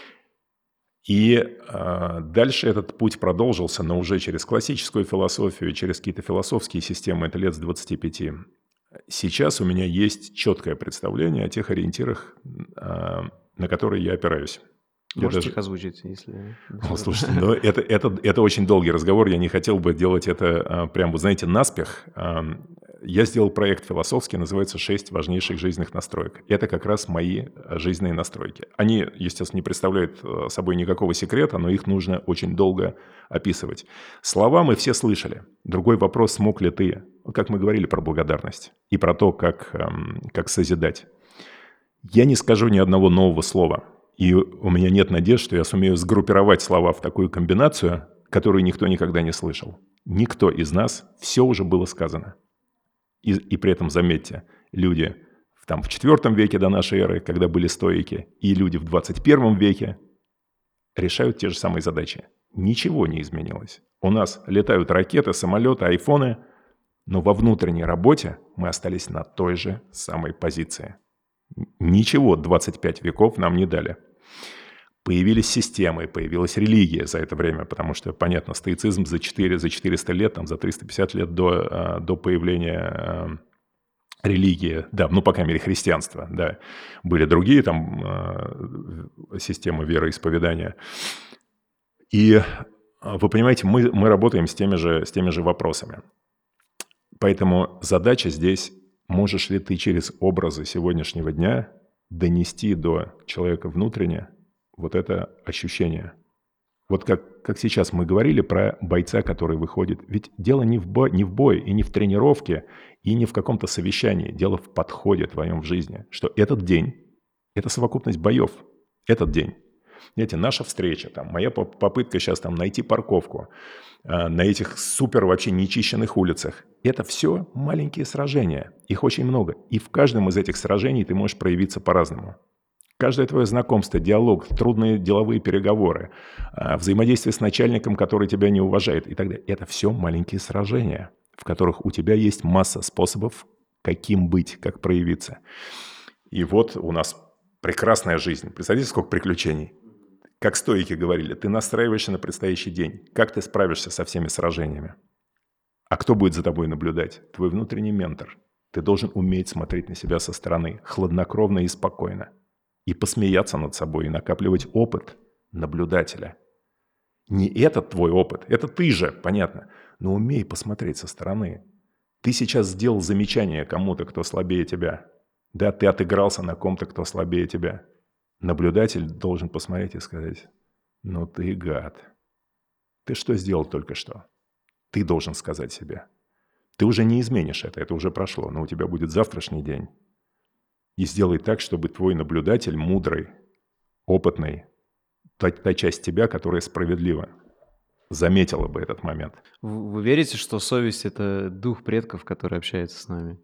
Speaker 2: И дальше этот путь продолжился, но уже через классическую философию, через какие-то философские системы, это лет с 25. Сейчас у меня есть четкое представление о тех ориентирах, на которые я опираюсь.
Speaker 1: Можете их озвучить, если...
Speaker 2: Слушайте, но это очень долгий разговор, я не хотел бы делать это прям, вы знаете, наспех. Я сделал проект философский, называется «6 важнейших жизненных настроек». Это как раз мои жизненные настройки. Они, естественно, не представляют собой никакого секрета, но их нужно очень долго описывать. Слова мы все слышали. Другой вопрос, смог ли ты, как мы говорили про благодарность и про то, как созидать. Я не скажу ни одного нового слова. И у меня нет надежд, что я сумею сгруппировать слова в такую комбинацию, которую никто никогда не слышал. Никто из нас, все уже было сказано. И при этом, заметьте, люди в IV веке до нашей эры, когда были стоики, и люди в 21 веке решают те же самые задачи. Ничего не изменилось. У нас летают ракеты, самолеты, айфоны, но во внутренней работе мы остались на той же самой позиции. Ничего 25 веков нам не дали. Появились системы, появилась религия за это время, потому что, понятно, стоицизм за 400 лет, за 350 лет до появления религия, да, ну, по крайней мере, христианство, да. Были другие там системы вероисповедания. И вы понимаете, мы работаем с теми же вопросами. Поэтому задача здесь, можешь ли ты через образы сегодняшнего дня донести до человека внутренне вот это ощущение. Вот как сейчас мы говорили про бойца, который выходит. Ведь дело не в бой и не в тренировке, и не в каком-то совещании. Дело в подходе твоем в жизни. Что этот день – это совокупность боев. Этот день. Знаете, наша встреча, там, моя попытка сейчас там найти парковку на этих супер вообще нечищенных улицах. Это все маленькие сражения. Их очень много. И в каждом из этих сражений ты можешь проявиться по-разному. Каждое твое знакомство, диалог, трудные деловые переговоры, взаимодействие с начальником, который тебя не уважает и так далее. Это все маленькие сражения, в которых у тебя есть масса способов, каким быть, как проявиться. И вот у нас прекрасная жизнь. Представляете, сколько приключений. Как стоики говорили, ты настраиваешься на предстоящий день. Как ты справишься со всеми сражениями? А кто будет за тобой наблюдать? Твой внутренний ментор. Ты должен уметь смотреть на себя со стороны, хладнокровно и спокойно. И посмеяться над собой, и накапливать опыт наблюдателя. Не этот твой опыт, это ты же, понятно. Но умей посмотреть со стороны. Ты сейчас сделал замечание кому-то, кто слабее тебя. Да, ты отыгрался на ком-то, кто слабее тебя. Наблюдатель должен посмотреть и сказать: ну ты гад. Ты что сделал только что? Ты должен сказать себе. Ты уже не изменишь это уже прошло, но у тебя будет завтрашний день. И сделай так, чтобы твой наблюдатель, мудрый, опытный, та часть тебя, которая справедлива, заметила бы этот момент.
Speaker 1: Вы верите, что совесть – это дух предков, который общается с нами?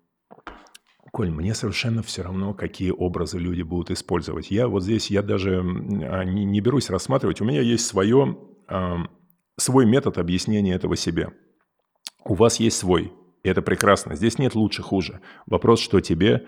Speaker 2: Коль, мне совершенно все равно, какие образы люди будут использовать. Я вот здесь, я даже не берусь рассматривать. У меня есть свой метод объяснения этого себе. У вас есть свой, и это прекрасно. Здесь нет лучше-хуже. Вопрос, что тебе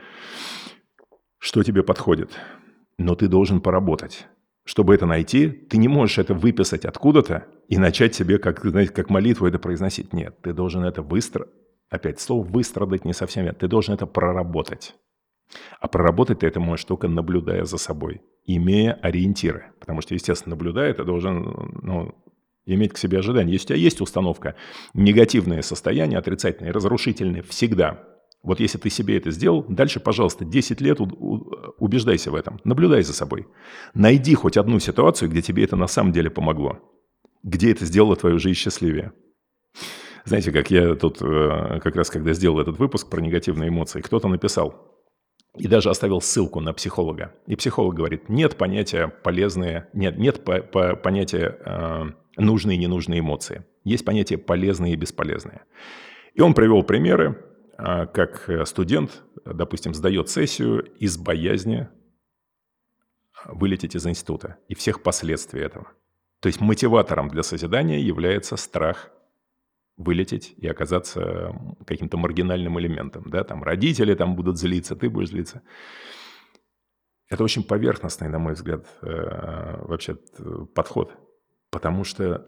Speaker 2: подходит. Но ты должен поработать. Чтобы это найти, ты не можешь это выписать откуда-то и начать себе, как молитву это произносить. Нет, ты должен это опять слово «выстрадать» не совсем верно. Ты должен это проработать. А проработать ты это можешь только наблюдая за собой, имея ориентиры. Потому что, естественно, наблюдая, ты должен иметь к себе ожидания. Если у тебя есть установка, негативные состояния, отрицательные, разрушительные, всегда. Вот если ты себе это сделал, дальше, пожалуйста, 10 лет убеждайся в этом. Наблюдай за собой. Найди хоть одну ситуацию, где тебе это на самом деле помогло. Где это сделало твою жизнь счастливее. Знаете, как я тут, как раз когда сделал этот выпуск про негативные эмоции, кто-то написал и даже оставил ссылку на психолога. И психолог говорит, нет понятия полезные, нет понятия нужные и ненужные эмоции. Есть понятие полезные и бесполезные. И он привел примеры, как студент, допустим, сдает сессию из боязни вылететь из института и всех последствий этого. То есть мотиватором для созидания является страх вылететь и оказаться каким-то маргинальным элементом. Да? Там родители будут злиться, ты будешь злиться. Это очень поверхностный, на мой взгляд, вообще подход. Потому что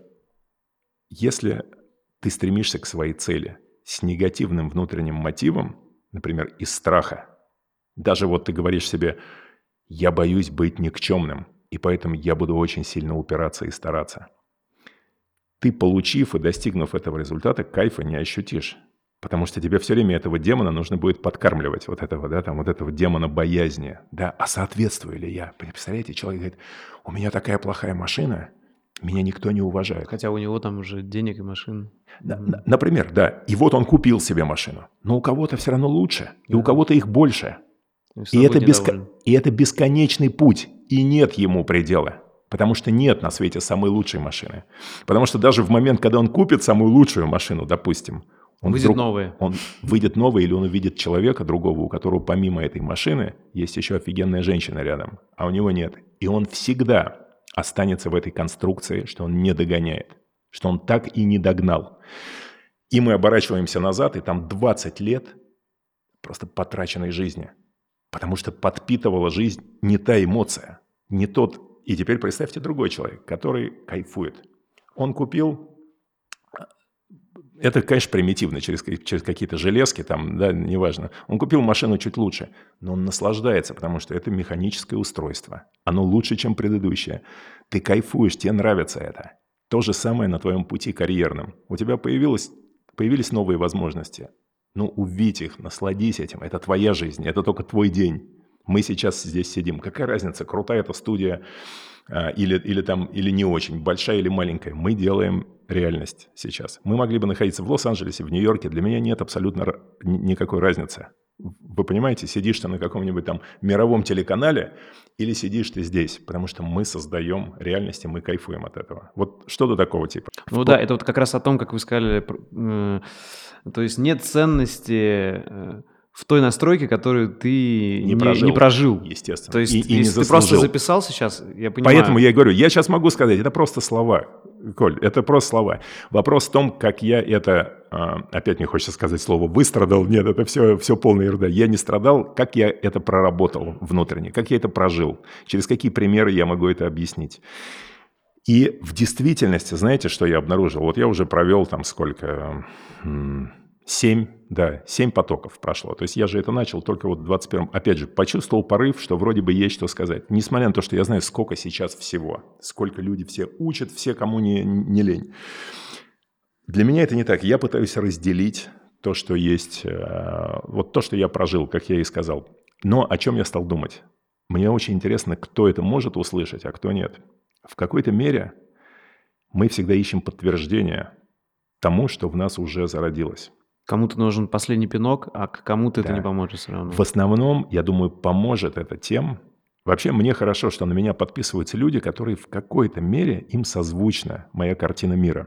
Speaker 2: если ты стремишься к своей цели с негативным внутренним мотивом, например, из страха, даже вот ты говоришь себе, я боюсь быть никчемным, и поэтому я буду очень сильно упираться и стараться. Ты, получив и достигнув этого результата, кайфа не ощутишь. Потому что тебе все время этого демона нужно будет подкармливать, вот этого демона боязни. Да, а соответствую ли я? Представляете, человек говорит, у меня такая плохая машина, меня никто не уважает.
Speaker 1: Хотя у него там уже денег и машин.
Speaker 2: Да, например, да. И вот он купил себе машину. Но у кого-то все равно лучше, и у кого-то их больше. И это бесконечный путь, и нет ему предела. Потому что нет на свете самой лучшей машины. Потому что даже в момент, когда он купит самую лучшую машину, допустим, он выйдет новый, или он увидит человека другого, у которого помимо этой машины есть еще офигенная женщина рядом, а у него нет. И он всегда останется в этой конструкции, что он не догоняет, что он так и не догнал. И мы оборачиваемся назад, и там 20 лет просто потраченной жизни. Потому что подпитывала жизнь не та эмоция, не тот. И теперь представьте другой человек, который кайфует. Он купил Это, конечно, примитивно, через какие-то железки, там, да, неважно. Он купил машину чуть лучше, но он наслаждается, потому что это механическое устройство. Оно лучше, чем предыдущее. Ты кайфуешь, тебе нравится это. То же самое на твоем пути карьерном. У тебя появились новые возможности. Ну, увидь их, насладись этим. Это твоя жизнь, это только твой день. Мы сейчас здесь сидим. Какая разница, крутая эта студия или не очень, большая или маленькая. Мы делаем реальность сейчас. Мы могли бы находиться в Лос-Анджелесе, в Нью-Йорке. Для меня нет абсолютно никакой разницы. Вы понимаете, сидишь ты на каком-нибудь там мировом телеканале или сидишь ты здесь, потому что мы создаем реальность, и мы кайфуем от этого. Вот что-то такого типа.
Speaker 1: Ну да, это вот как раз о том, как вы сказали, то есть нет ценности в той настройке, которую ты не прожил.
Speaker 2: Естественно.
Speaker 1: То есть
Speaker 2: и не
Speaker 1: если ты просто записал сейчас, я понимаю.
Speaker 2: Поэтому я и говорю, я сейчас могу сказать, это просто слова, Коль, это просто слова. Вопрос в том, как я это, опять мне хочется сказать слово «выстрадал», нет, это все полная ерунда. Я не страдал, как я это проработал внутренне, как я это прожил, через какие примеры я могу это объяснить. И в действительности, знаете, что я обнаружил? Вот я уже провел там сколько... 7 потоков прошло. То есть я же это начал только вот в 21-м. Опять же, почувствовал порыв, что вроде бы есть что сказать. Несмотря на то, что я знаю, сколько сейчас всего. Сколько люди все учат, все, кому не лень. Для меня это не так. Я пытаюсь разделить то, что есть. Вот то, что я прожил, как я и сказал. Но о чем я стал думать? Мне очень интересно, кто это может услышать, а кто нет. В какой-то мере мы всегда ищем подтверждение тому, что в нас уже зародилось.
Speaker 1: Кому-то нужен последний пинок, а кому-то это не поможет все равно.
Speaker 2: В основном, я думаю, поможет это тем... Вообще, мне хорошо, что на меня подписываются люди, которые в какой-то мере им созвучна моя картина мира.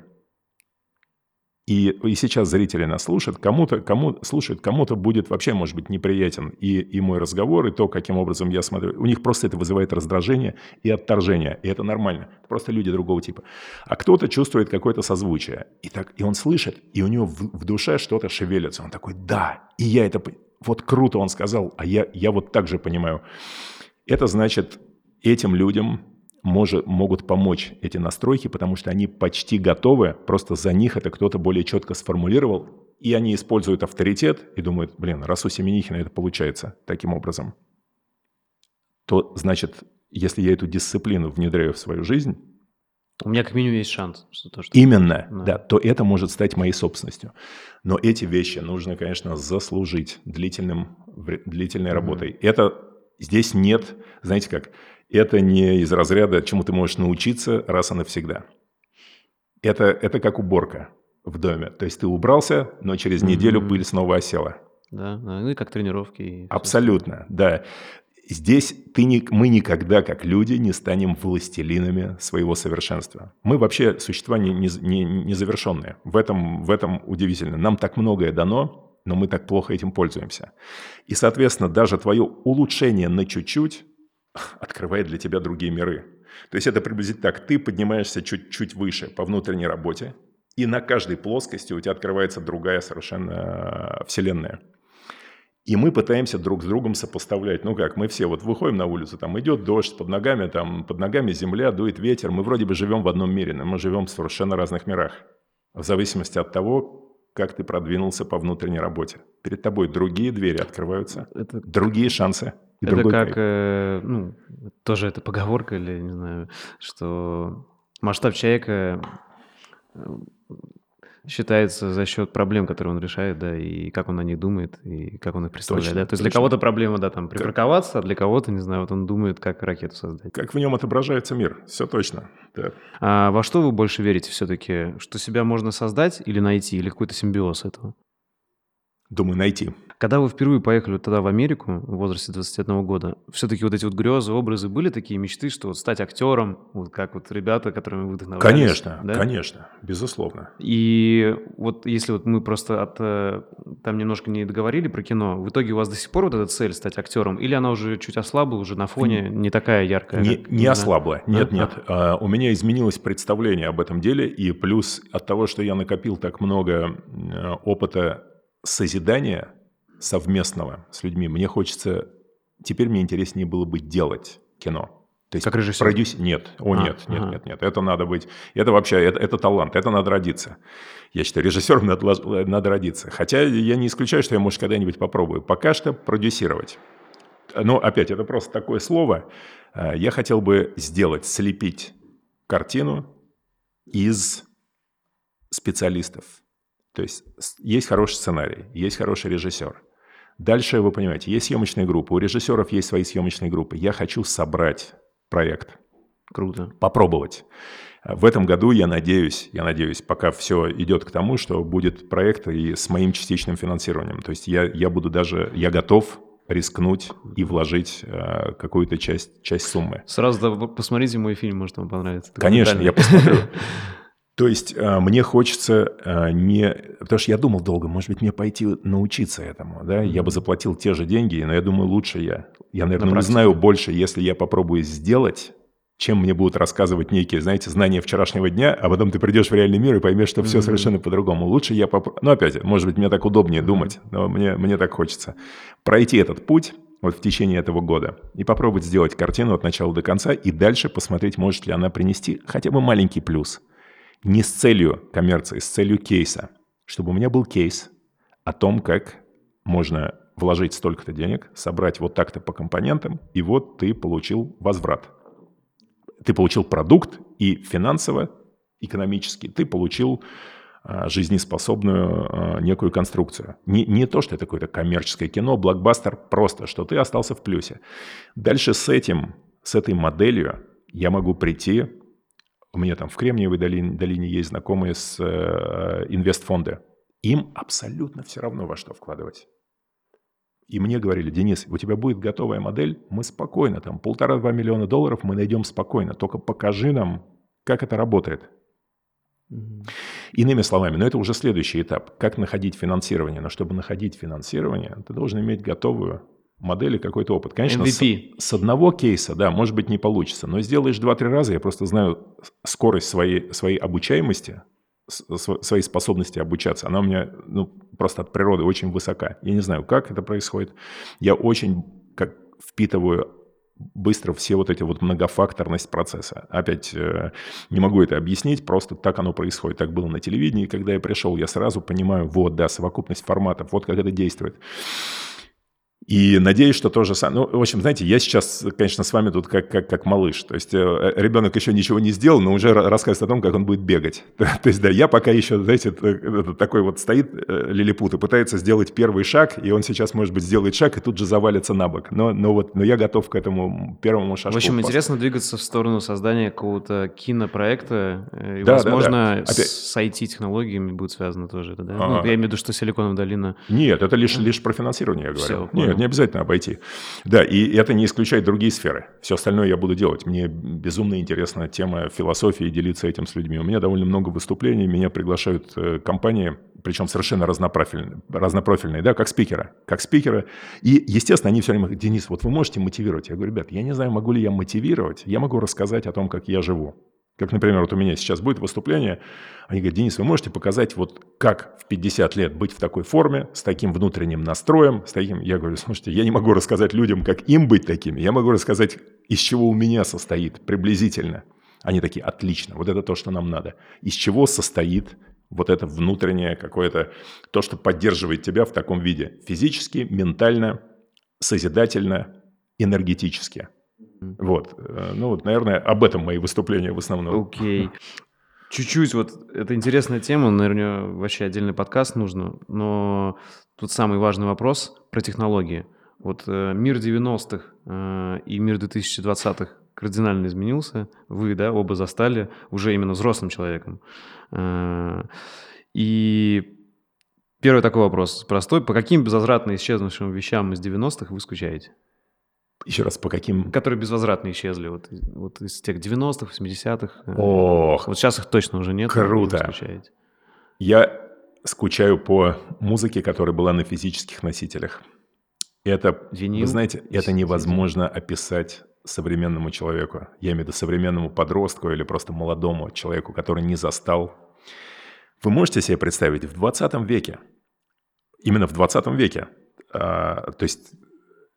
Speaker 2: И сейчас зрители нас слушают, кому-то будет вообще, может быть, неприятен и мой разговор, и то, каким образом я смотрю. У них просто это вызывает раздражение и отторжение, и это нормально. Это просто люди другого типа. А кто-то чувствует какое-то созвучие, и он слышит, и у него в душе что-то шевелится. Он такой, да, и я это... Вот круто он сказал, а я вот так же понимаю. Это значит, этим людям... могут помочь эти настройки, потому что они почти готовы, просто за них это кто-то более четко сформулировал, и они используют авторитет и думают, раз у Семенихина это получается таким образом, то значит, если я эту дисциплину внедряю в свою жизнь...
Speaker 1: У меня как минимум есть шанс.
Speaker 2: Именно, да, то это может стать моей собственностью. Но эти вещи нужно, конечно, заслужить длительной работой. Здесь нет, знаете как... Это не из разряда, чему ты можешь научиться раз и навсегда. Это как уборка в доме. То есть ты убрался, но через неделю пыль снова осела.
Speaker 1: Да, ну и как тренировки.
Speaker 2: Абсолютно, да. Здесь мы никогда, как люди, не станем властелинами своего совершенства. Мы вообще существа незавершенные. В этом удивительно. Нам так многое дано, но мы так плохо этим пользуемся. И, соответственно, даже твое улучшение на чуть-чуть открывает для тебя другие миры. То есть это приблизительно так. Ты поднимаешься чуть-чуть выше по внутренней работе, и на каждой плоскости у тебя открывается другая совершенно вселенная. И мы пытаемся друг с другом сопоставлять. Мы все вот выходим на улицу, там идет дождь, под ногами земля, дует ветер. Мы вроде бы живем в одном мире, но мы живем в совершенно разных мирах. В зависимости от того, как ты продвинулся по внутренней работе. Перед тобой другие двери открываются, другие шансы.
Speaker 1: Это как, тоже это поговорка или, не знаю, что масштаб человека считается за счет проблем, которые он решает, да, и как он о них думает, и как он их представляет.
Speaker 2: Точно,
Speaker 1: да? То есть для кого-то проблема, да, там, припарковаться, а для кого-то, не знаю, вот он думает, как ракету создать.
Speaker 2: Как в нем отображается мир, все точно. Да.
Speaker 1: А во что вы больше верите все-таки? Что себя можно создать или найти, или какой-то симбиоз этого?
Speaker 2: Думаю, найти.
Speaker 1: Когда вы впервые поехали вот тогда в Америку в возрасте 21 года, все-таки вот эти вот грезы, образы, были такие мечты, что вот стать актером, вот как вот ребята, которыми вы вдохновлялись?
Speaker 2: Конечно,
Speaker 1: да?
Speaker 2: конечно, безусловно.
Speaker 1: И вот если вот мы просто там немножко не договорили про кино, в итоге у вас до сих пор вот эта цель стать актером, или она уже чуть ослабла, уже на фоне не такая яркая?
Speaker 2: Не ослабла, нет. У меня изменилось представление об этом деле, и плюс от того, что я накопил так много опыта созидания совместного с людьми, теперь мне интереснее было бы делать кино. То есть
Speaker 1: Как режиссер?
Speaker 2: Нет, нет. Это надо быть... это талант, это надо родиться. Я считаю, режиссером надо родиться. Хотя я не исключаю, что я, может, когда-нибудь попробую. Пока что продюсировать. Но опять, это просто такое слово. Я хотел бы слепить картину из специалистов. То есть есть хороший сценарий, есть хороший режиссер. Дальше, вы понимаете, есть съемочная группа, у режиссеров есть свои съемочные группы. Я хочу собрать проект.
Speaker 1: Круто.
Speaker 2: Попробовать. В этом году я надеюсь, пока все идет к тому, что будет проект и с моим частичным финансированием. То есть я готов рискнуть и вложить какую-то часть суммы.
Speaker 1: Сразу посмотрите мой фильм, может, вам понравится.
Speaker 2: Конечно, я посмотрю. То есть мне хочется Потому что я думал долго, может быть, мне пойти научиться этому, да? Я бы заплатил те же деньги, но я думаю, лучше я. Я, наверное, узнаю больше, если я попробую сделать, чем мне будут рассказывать некие, знаете, знания вчерашнего дня, а потом ты придешь в реальный мир и поймешь, что все совершенно по-другому. Лучше я попробую... Ну, опять, может быть, мне так удобнее думать, но мне так хочется. Пройти этот путь вот в течение этого года и попробовать сделать картину от начала до конца и дальше посмотреть, может ли она принести хотя бы маленький плюс. Не с целью коммерции, с целью кейса. Чтобы у меня был кейс о том, как можно вложить столько-то денег, собрать вот так-то по компонентам, и вот ты получил возврат. Ты получил продукт, и финансово, экономически ты получил жизнеспособную некую конструкцию. Не то, что это какое-то коммерческое кино, блокбастер, просто, что ты остался в плюсе. Дальше с этой моделью я могу прийти. У меня там в Кремниевой долине есть знакомые с инвестфонда. Им абсолютно все равно, во что вкладывать. И мне говорили: Денис, у тебя будет готовая модель, мы спокойно, там 1,5-2 миллиона долларов мы найдем спокойно, только покажи нам, как это работает. Иными словами, но это уже следующий этап. Как находить финансирование? Но чтобы находить финансирование, ты должен иметь готовую модель и какой-то опыт. Конечно, с одного кейса, да, может быть, не получится, но сделаешь 2-3 раза, я просто знаю скорость своей обучаемости, своей способности обучаться, она у меня просто от природы очень высока. Я не знаю, как это происходит. Я очень впитываю быстро все вот эти вот многофакторность процесса. Опять не могу это объяснить, просто так оно происходит. Так было на телевидении, когда я пришел, я сразу понимаю, совокупность форматов, вот как это действует. И надеюсь, что то же самое... в общем, знаете, я сейчас, конечно, с вами тут как малыш. То есть ребенок еще ничего не сделал, но уже рассказывает о том, как он будет бегать. То есть, да, я пока еще, знаете, такой вот стоит лилипут и пытается сделать первый шаг, и он сейчас, может быть, сделает шаг и тут же завалится на бок. Но я готов к этому первому шажку.
Speaker 1: В общем, интересно двигаться в сторону создания какого-то кинопроекта. И, возможно, с IT-технологиями будет связано тоже это, да? Я имею в виду, что Силиконовая долина...
Speaker 2: Нет, это лишь про финансирование, я говорю. Нет, не обязательно обойти. Да, и это не исключает другие сферы. Все остальное я буду делать. Мне безумно интересна тема философии, делиться этим с людьми. У меня довольно много выступлений, меня приглашают компании, причем совершенно разнопрофильные, да, как спикера. И, естественно, они все время говорят: Денис, вот вы можете мотивировать? Я говорю: ребят, я не знаю, могу ли я мотивировать, я могу рассказать о том, как я живу. Как, например, вот у меня сейчас будет выступление, они говорят: Денис, вы можете показать, вот как в 50 лет быть в такой форме, с таким внутренним настроем, с таким... Я говорю: слушайте, я не могу рассказать людям, как им быть такими, я могу рассказать, из чего у меня состоит приблизительно. Они такие: отлично, вот это то, что нам надо. Из чего состоит вот это внутреннее какое-то, то, что поддерживает тебя в таком виде. Физически, ментально, созидательно, энергетически. Вот, наверное, об этом мои выступления в основном.
Speaker 1: Окей. Чуть-чуть это интересная тема, наверное, вообще отдельный подкаст нужно, но тут самый важный вопрос про технологии. Мир 90-х и мир 2020-х кардинально изменился. Вы, да, оба застали уже именно взрослым человеком. И первый такой вопрос простой. По каким безвозвратно исчезнувшим вещам из 90-х вы скучаете?
Speaker 2: Еще раз, по каким?
Speaker 1: Которые безвозвратно исчезли из тех 90-х, 80-х.
Speaker 2: Ох,
Speaker 1: сейчас их точно уже нет.
Speaker 2: Круто. Я скучаю по музыке, которая была на физических носителях. Это,
Speaker 1: винил,
Speaker 2: вы знаете, это невозможно описать современному человеку. Я имею в виду современному подростку или просто молодому человеку, который не застал. Вы можете себе представить, в 20 веке, именно в 20 веке, то есть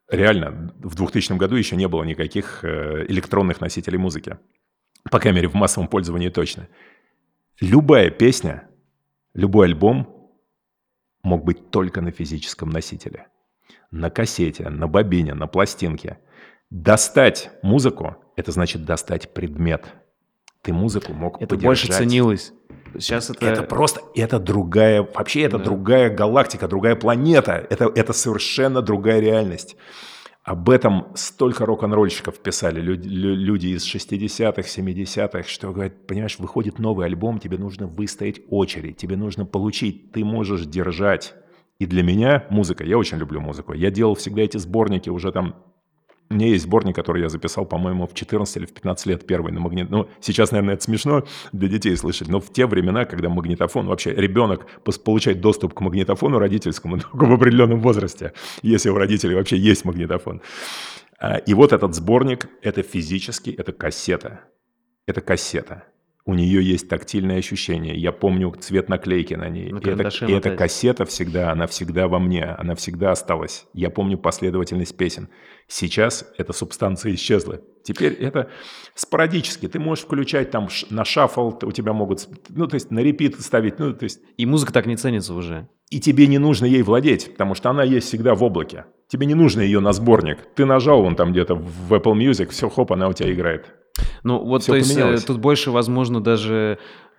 Speaker 2: реально, в 2000 году еще не было никаких электронных носителей музыки. По крайней мере, в массовом пользовании точно. Любая песня, любой альбом мог быть только на физическом носителе. На кассете, на бобине, на пластинке. Достать музыку – это значит достать предмет. Ты музыку мог
Speaker 1: это
Speaker 2: подержать.
Speaker 1: Больше ценилось. Сейчас
Speaker 2: это просто, это другая, вообще это другая галактика, другая планета. Это совершенно другая реальность. Об этом столько рок-н-ролльщиков писали, люди из 60-х, 70-х, что говорят, понимаешь, выходит новый альбом, тебе нужно выстоять очередь, тебе нужно получить, ты можешь держать. И для меня музыка, я очень люблю музыку, я делал всегда эти сборники уже там. У меня есть сборник, который я записал, по-моему, в 14 или в 15 лет первый на магнитофон. Ну, сейчас, наверное, это смешно для детей слышать, но в те времена, когда магнитофон, вообще ребенок получает доступ к магнитофону родительскому только в определенном возрасте, если у родителей вообще есть магнитофон. И вот этот сборник, это физически, это кассета. Это кассета. У нее есть тактильное ощущение. Я помню цвет наклейки на ней. И эта кассета всегда, она всегда во мне, она всегда осталась. Я помню последовательность песен. Сейчас эта субстанция исчезла. Теперь это спорадически. Ты можешь включать там на шаффл, у тебя могут, ну, то есть на репит ставить. Ну, то есть...
Speaker 1: И музыка так не ценится уже.
Speaker 2: И тебе не нужно ей владеть, потому что она есть всегда в облаке. Тебе не нужно ее на сборник. Ты нажал вон там где-то в Apple Music, все, хоп, она у тебя играет.
Speaker 1: Ну, вот,
Speaker 2: Всё
Speaker 1: то есть
Speaker 2: поменялось.
Speaker 1: тут больше, возможно, даже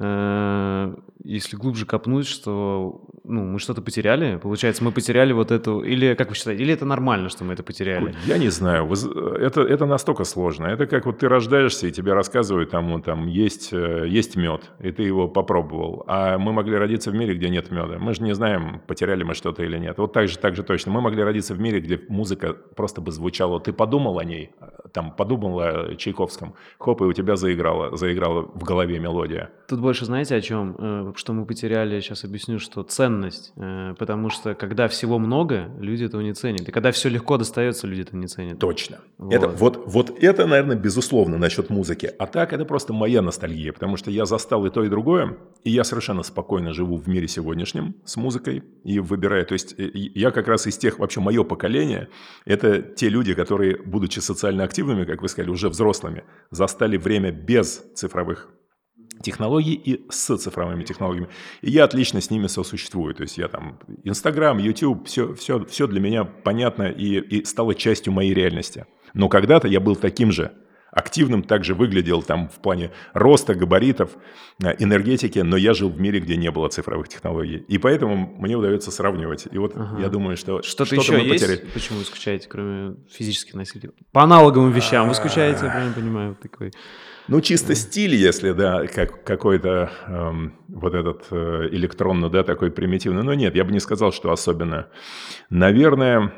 Speaker 1: если глубже копнуть, что мы что-то потеряли. Получается, мы потеряли вот эту... Или, как вы считаете, или это нормально, что мы это потеряли?
Speaker 2: Я не знаю. Это настолько сложно. Это как вот ты рождаешься, и тебе рассказывают, там есть мед, и ты его попробовал. А мы могли родиться в мире, где нет меда. Мы же не знаем, потеряли мы что-то или нет. Вот так же точно. Мы могли родиться в мире, где музыка просто бы звучала. Ты подумал о ней, подумал о Чайковском, хоп, и у тебя заиграла в голове мелодия.
Speaker 1: Тут больше знаете о чем? Что мы потеряли, сейчас объясню, что ценность. Потому что когда всего много, люди этого не ценят. И когда все легко достается, люди это не ценят.
Speaker 2: Точно.
Speaker 1: Вот.
Speaker 2: Вот это, наверное, безусловно насчет музыки. А так это просто моя ностальгия, потому что я застал и то, и другое. И я совершенно спокойно живу в мире сегодняшнем с музыкой и выбираю. То есть я как раз из тех, вообще мое поколение, это те люди, которые, будучи социально активными, как вы сказали, уже взрослыми, застали время без цифровых технологий и с цифровыми технологиями. И я отлично с ними сосуществую. То есть я там Инстаграм, YouTube, все для меня понятно и стало частью моей реальности. Но когда-то я был таким же активным, также выглядел там в плане роста, габаритов, энергетики, но я жил в мире, где не было цифровых технологий. И поэтому мне удается сравнивать. И вот я думаю, что
Speaker 1: что-то еще мы есть? Потеряли. Почему вы скучаете, кроме физических носителей? По аналоговым вещам вы скучаете, я правильно понимаю? Такой...
Speaker 2: Ну, чисто стиль, если, да, как какой-то вот этот электронный, да, такой примитивный. Но нет, я бы не сказал, что особенно. Наверное,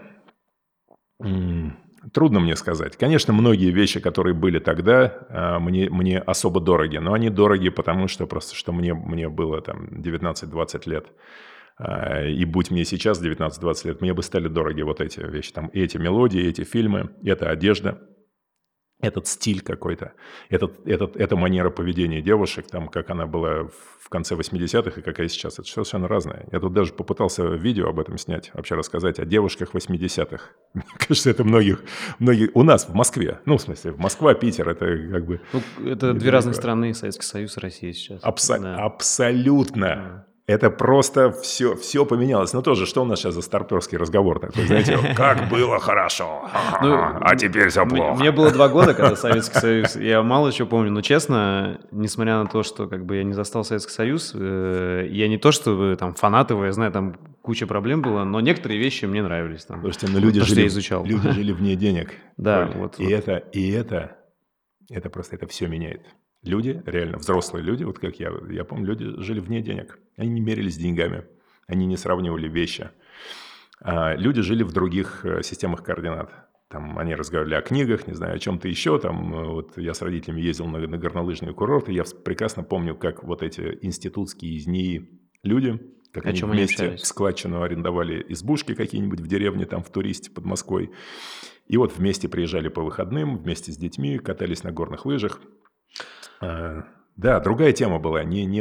Speaker 2: трудно мне сказать. Конечно, многие вещи, которые были тогда, мне особо дороги. Но они дороги, потому что просто, что мне было там 19-20 лет. И будь мне сейчас 19-20 лет, мне бы стали дороги вот эти вещи. Там, эти мелодии, эти фильмы, эта одежда. Этот стиль какой-то, эта манера поведения девушек, там, как она была в конце 80-х и какая сейчас, это совершенно разное. Я тут даже попытался видео об этом снять, вообще рассказать о девушках 80-х. Мне кажется, это многих... У нас, в Москве, ну, в смысле, Москва, Питер, это как бы...
Speaker 1: Ну, это две разных страны, Советский Союз и Россия сейчас.
Speaker 2: Абсолютно. Это просто все поменялось. Но тоже, что у нас сейчас за старперский разговор такой, знаете, как было хорошо, а теперь все плохо.
Speaker 1: Мне было 2 года, когда Советский Союз, я мало чего помню, но честно, несмотря на то, что как бы я не застал Советский Союз, я не то, что там фанат его, я знаю, там куча проблем было, но некоторые вещи мне нравились. Там,
Speaker 2: слушайте, но люди жили вне денег.
Speaker 1: Да,
Speaker 2: вот. И это просто, это все меняет. Люди, реально взрослые люди, вот как я помню, люди жили вне денег. Они не мерились деньгами, они не сравнивали вещи. Люди жили в других системах координат. Там они разговаривали о книгах, не знаю, о чем-то еще. Там, вот я с родителями ездил на горнолыжные курорты. Я прекрасно помню, как вот эти институтские из НИИ люди, как они вместе в складчину арендовали избушки какие-нибудь в деревне, там в Туристе под Москвой. И вот вместе приезжали по выходным, вместе с детьми, катались на горных лыжах. Да, другая тема была,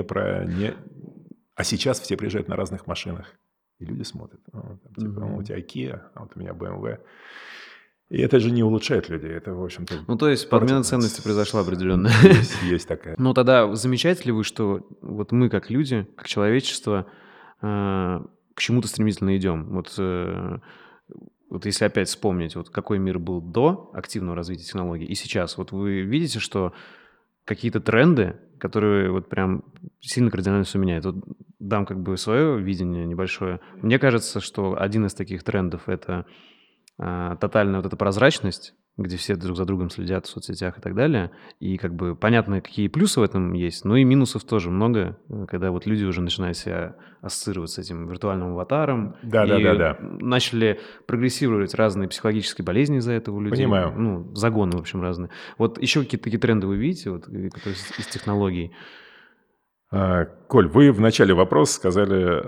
Speaker 2: а сейчас все приезжают на разных машинах, и люди смотрят, типа, у тебя Kia, а вот у меня BMW. И это же не улучшает людей, это, в общем-то,
Speaker 1: Ну, то есть подмена ценностей произошла определенная.
Speaker 2: Есть такая.
Speaker 1: Ну, тогда замечаете ли вы, что вот мы как люди, как человечество, к чему-то стремительно идем? Вот если опять вспомнить, вот какой мир был до активного развития технологий и сейчас, вот вы видите, что какие-то тренды, которые вот прям сильно кардинально все меняют. Вот дам как бы свое видение небольшое. Мне кажется, что один из таких трендов — это тотальная вот эта прозрачность, где все друг за другом следят в соцсетях и так далее. И как бы понятно, какие плюсы в этом есть, но и минусов тоже много, когда вот люди уже начинают себя ассоциировать с этим виртуальным аватаром.
Speaker 2: Да.
Speaker 1: Начали прогрессировать разные психологические болезни из-за этого у людей.
Speaker 2: Понимаю.
Speaker 1: Ну, загоны, в общем, разные. Вот еще какие-то такие тренды вы видите, вот, которые из технологий?
Speaker 2: Коль, вы в начале вопроса сказали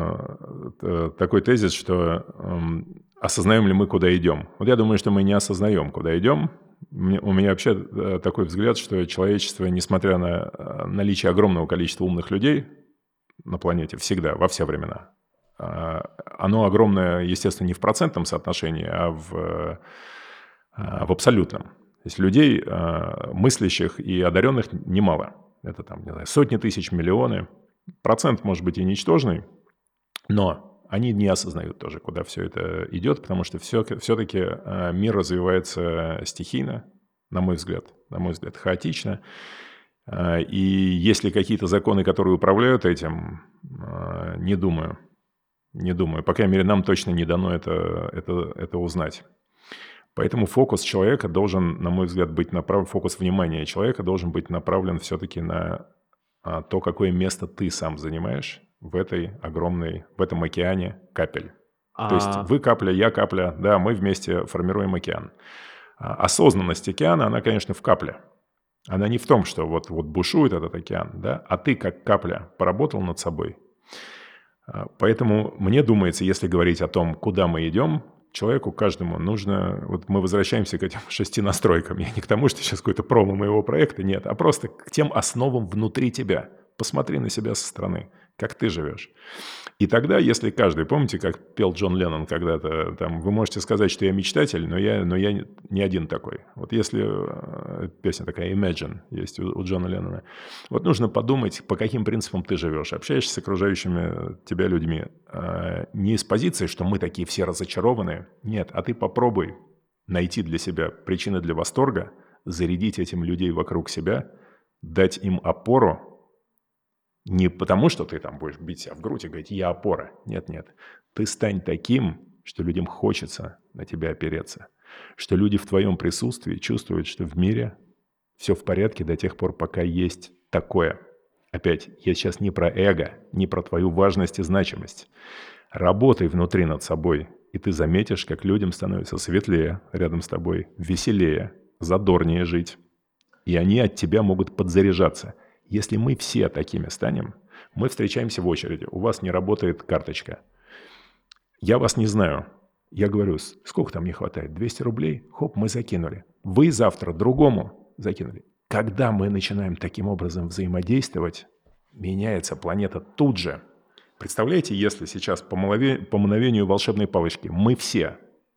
Speaker 2: такой тезис, что осознаем ли мы, куда идем. Вот я думаю, что мы не осознаем, куда идем. У меня вообще такой взгляд, что человечество, несмотря на наличие огромного количества умных людей на планете, всегда, во все времена, оно огромное, естественно, не в процентном соотношении, а в абсолютном. То есть людей, мыслящих и одаренных, немало. Это там, не знаю, сотни тысяч, миллионы. Процент может быть и ничтожный, но они не осознают тоже, куда все это идет, потому что все-таки мир развивается стихийно, на мой взгляд, хаотично. И есть ли какие-то законы, которые управляют этим, не думаю. По крайней мере, нам точно не дано это узнать. Поэтому фокус человека должен, на мой взгляд, быть направлен, фокус внимания человека должен быть направлен все-таки на то, какое место ты сам занимаешь в этом океане капель. То есть вы капля, я капля, да, мы вместе формируем океан. Осознанность океана, она, конечно, в капле. Она не в том, что вот бушует этот океан, да, а ты как капля поработал над собой. Поэтому мне думается, если говорить о том, куда мы идем, человеку каждому нужно... Вот мы возвращаемся к этим 6 настройкам. Я не к тому, что сейчас какой-то промо моего проекта, нет, а просто к тем основам внутри тебя. Посмотри на себя со стороны, как ты живешь. И тогда, если каждый... Помните, как пел Джон Леннон когда-то? Там, вы можете сказать, что я мечтатель, но я не один такой. Вот если... Песня такая «Imagine» есть у Джона Леннона. Вот нужно подумать, по каким принципам ты живешь. Общаешься с окружающими тебя людьми. Не из позиции, что мы такие все разочарованные. Нет, а ты попробуй найти для себя причины для восторга, зарядить этим людей вокруг себя, дать им опору. Не потому, что ты там будешь бить себя в грудь и говорить «я опора». Нет. Ты стань таким, что людям хочется на тебя опереться. Что люди в твоем присутствии чувствуют, что в мире все в порядке до тех пор, пока есть такое. Опять, я сейчас не про эго, не про твою важность и значимость. Работай внутри над собой, и ты заметишь, как людям становится светлее рядом с тобой, веселее, задорнее жить. И они от тебя могут подзаряжаться. Если мы все такими станем, мы встречаемся в очереди. У вас не работает карточка. Я вас не знаю. Я говорю, сколько там не хватает? 200 рублей? Хоп, мы закинули. Вы завтра другому закинули. Когда мы начинаем таким образом взаимодействовать, меняется планета тут же. Представляете, если сейчас по мгновению волшебной палочки мы все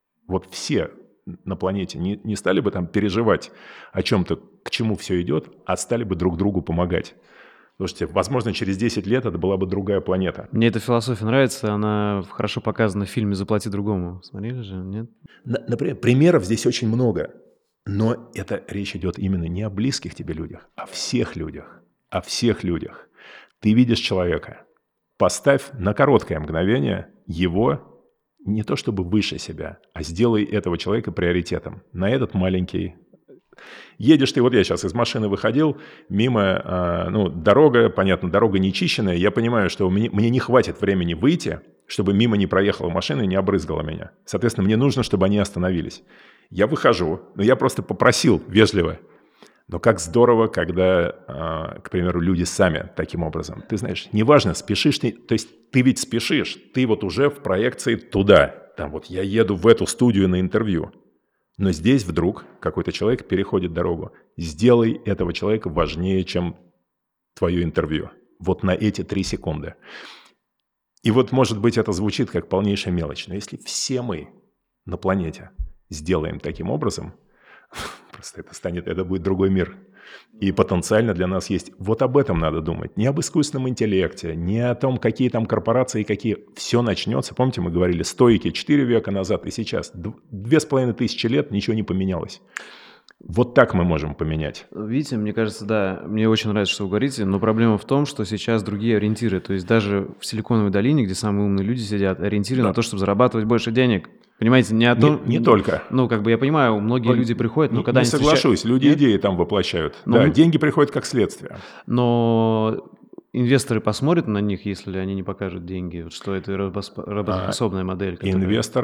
Speaker 2: на планете не стали бы там переживать о чем-то, к чему все идет, а стали бы друг другу помогать. Слушайте, возможно, через 10 лет это была бы другая планета.
Speaker 1: Мне эта философия нравится, она хорошо показана в фильме «Заплати другому». Смотрели же, нет?
Speaker 2: Например, примеров здесь очень много. Но это речь идет именно не о близких тебе людях, а о всех людях. О всех людях. Ты видишь человека. Поставь на короткое мгновение его не то чтобы выше себя, а сделай этого человека приоритетом. На этот маленький... Едешь ты, вот я сейчас из машины выходил, мимо, дорога, понятно, дорога не чищенная, я понимаю, что мне не хватит времени выйти, чтобы мимо не проехала машина и не обрызгала меня. Соответственно, мне нужно, чтобы они остановились. Я выхожу, но я просто попросил вежливо. Но как здорово, когда, к примеру, люди сами таким образом. Ты знаешь, неважно, спешишь ты, то есть ты ведь спешишь, ты вот уже в проекции туда. Там вот я еду в эту студию на интервью. Но здесь вдруг какой-то человек переходит дорогу. Сделай этого человека важнее, чем твое интервью. Вот на эти 3 секунды. И вот, может быть, это звучит как полнейшая мелочь. Но если все мы на планете сделаем таким образом, просто это будет другой мир. И потенциально для нас есть... Вот об этом надо думать. Не об искусственном интеллекте, не о том, какие там корпорации, какие... Все начнется. Помните, мы говорили, стойки 4 века назад и сейчас. 2500 лет ничего не поменялось. Вот так мы можем поменять.
Speaker 1: Видите, мне кажется, да, мне очень нравится, что вы говорите, но проблема в том, что сейчас другие ориентиры. То есть даже в Силиконовой долине, где самые умные люди сидят, ориентиры на то, чтобы зарабатывать больше денег. Понимаете, не о том...
Speaker 2: Не только.
Speaker 1: Ну, как бы я понимаю, многие люди приходят, но когда
Speaker 2: не
Speaker 1: они
Speaker 2: соглашусь, люди идеи там воплощают. Да, деньги приходят как следствие.
Speaker 1: Но инвесторы посмотрят на них, если они не покажут деньги, вот что это работоспособная модель. Которая...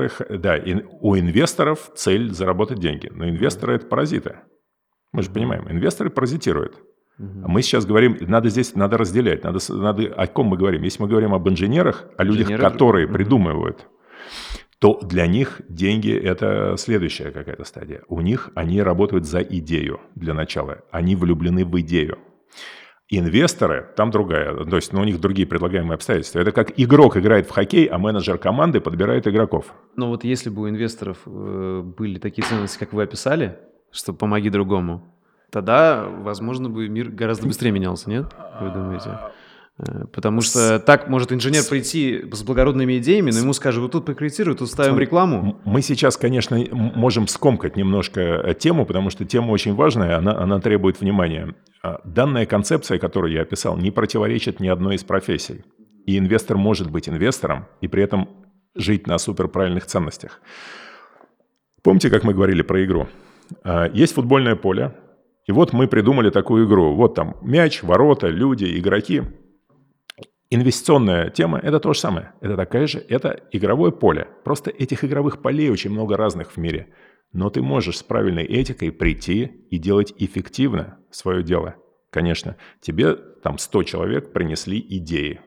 Speaker 2: У инвесторов цель заработать деньги, но инвесторы это паразиты. Мы же понимаем, инвесторы паразитируют. Мы сейчас говорим, надо разделять, о ком мы говорим. Если мы говорим об инженерах, о людях, которые придумывают, то для них деньги – это следующая какая-то стадия. У них они работают за идею для начала. Они влюблены в идею. Инвесторы, там другая, то есть у них другие предлагаемые обстоятельства. Это как игрок играет в хоккей, а менеджер команды подбирает игроков.
Speaker 1: Но вот если бы у инвесторов были такие ценности, как вы описали, что «помоги другому», тогда, возможно, бы мир гораздо быстрее менялся, нет? Вы думаете? Потому что так может инженер прийти с благородными идеями, но ему скажут, вот тут прокритируй, тут ставим рекламу.
Speaker 2: Мы сейчас, конечно, можем скомкать немножко тему, потому что тема очень важная, она требует внимания. Данная концепция, которую я описал, не противоречит ни одной из профессий. И инвестор может быть инвестором и при этом жить на суперправильных ценностях. Помните, как мы говорили про игру? Есть футбольное поле, и вот мы придумали такую игру. Вот там мяч, ворота, люди, игроки. Инвестиционная тема – это то же самое. Это такая же, это игровое поле. Просто этих игровых полей очень много разных в мире. Но ты можешь с правильной этикой прийти и делать эффективно свое дело. Конечно, тебе там 100 человек принесли идеи.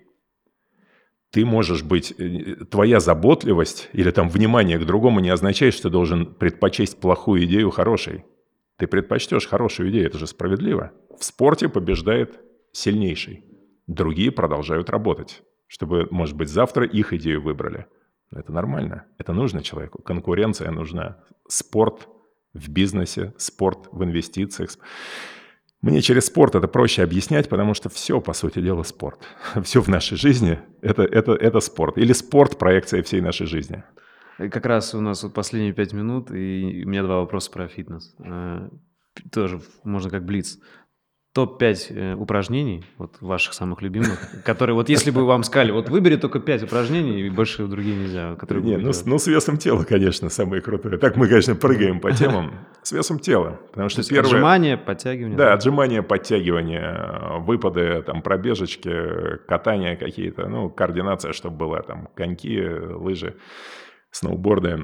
Speaker 2: Ты можешь быть, твоя заботливость или там внимание к другому не означает, что ты должен предпочесть плохую идею хорошей. Ты предпочтешь хорошую идею, это же справедливо. В спорте побеждает сильнейший. Другие продолжают работать, чтобы, может быть, завтра их идею выбрали. Но это нормально, это нужно человеку. Конкуренция нужна. Спорт в бизнесе, спорт в инвестициях. Мне через спорт это проще объяснять, потому что все, по сути дела, спорт. Все в нашей жизни это спорт. Или спорт – проекция всей нашей жизни.
Speaker 1: Как раз у нас вот последние 5 минут, и у меня 2 вопроса про фитнес. Тоже можно как блиц. Топ-5 упражнений, вот ваших самых любимых, которые вот если бы вам сказали, вот выбери только 5 упражнений, и больше другие нельзя.
Speaker 2: С весом тела, конечно, самое крутое. Так мы, конечно, прыгаем по темам. С весом тела. Потому что первое...
Speaker 1: Отжимания, подтягивания.
Speaker 2: Да, отжимания, подтягивания, выпады, там, пробежечки, катания какие-то, координация, чтобы была, там, коньки, лыжи, сноуборды.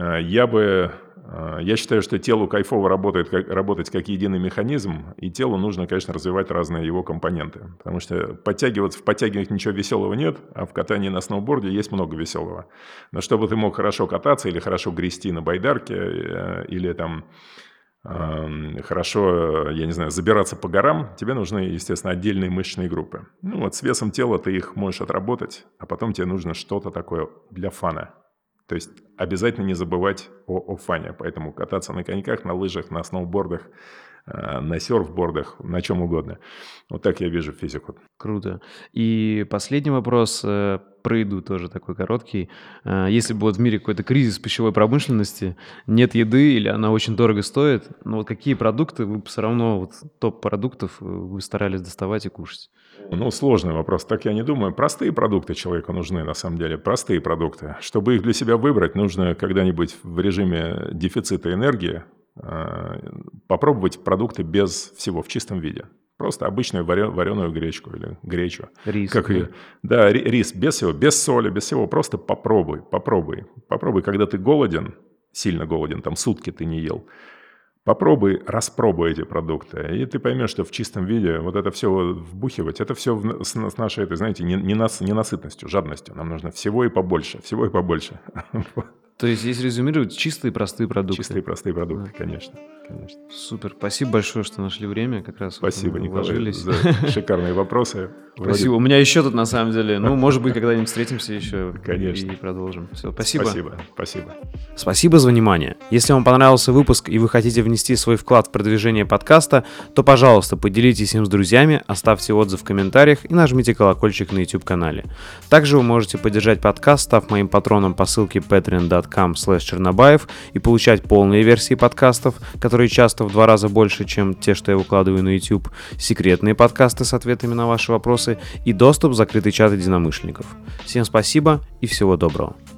Speaker 2: Я считаю, что телу кайфово работать как единый механизм, и телу нужно, конечно, развивать разные его компоненты. Потому что в подтягиваниях ничего веселого нет, а в катании на сноуборде есть много веселого. Но чтобы ты мог хорошо кататься или хорошо грести на байдарке, или там хорошо, я не знаю, забираться по горам, тебе нужны, естественно, отдельные мышечные группы. С весом тела ты их можешь отработать, а потом тебе нужно что-то такое для фана. То есть обязательно не забывать о фане. Поэтому кататься на коньках, на лыжах, на сноубордах, на серфбордах, на чем угодно. Вот так я вижу физику.
Speaker 1: Круто. И последний вопрос про еду тоже такой короткий. Если бы вот в мире какой-то кризис пищевой промышленности, нет еды или она очень дорого стоит, но вот какие продукты вы все равно, вот топ продуктов вы старались доставать и кушать?
Speaker 2: Сложный вопрос. Так я не думаю. Простые продукты человеку нужны, на самом деле. Простые продукты. Чтобы их для себя выбрать, нужно когда-нибудь в режиме дефицита энергии попробовать продукты без всего, в чистом виде. Просто обычную вареную гречку или гречу.
Speaker 1: Рис.
Speaker 2: Да, рис без всего, без соли, без всего. Просто попробуй. Попробуй, когда ты голоден, сильно голоден, там сутки ты не ел. Попробуй, распробуй эти продукты, и ты поймешь, что в чистом виде вот это все вбухивать, это все с нашей, этой, знаете, ненасытностью, жадностью. Нам нужно всего и побольше, всего и побольше.
Speaker 1: То есть, если резюмировать, чистые простые продукты.
Speaker 2: Чистые простые продукты, конечно. Конечно.
Speaker 1: Супер. Спасибо большое, что нашли время. Как раз
Speaker 2: Спасибо,
Speaker 1: вот
Speaker 2: Николай,
Speaker 1: уложились.
Speaker 2: за шикарные вопросы.
Speaker 1: Спасибо. У меня еще тут на самом деле. Ну, может быть, когда-нибудь встретимся еще
Speaker 2: Конечно.
Speaker 1: и продолжим. Все, спасибо.
Speaker 2: Спасибо.
Speaker 1: Спасибо за внимание. Если вам понравился выпуск и вы хотите внести свой вклад в продвижение подкаста, то, пожалуйста, поделитесь им с друзьями, оставьте отзыв в комментариях и нажмите колокольчик на YouTube-канале. Также вы можете поддержать подкаст, став моим патроном по ссылке patreon.com/чернобаев и получать полные версии подкастов, которые часто в 2 раза больше, чем те, что я выкладываю на YouTube, секретные подкасты с ответами на ваши вопросы и доступ в закрытый чат единомышленников. Всем спасибо и всего доброго.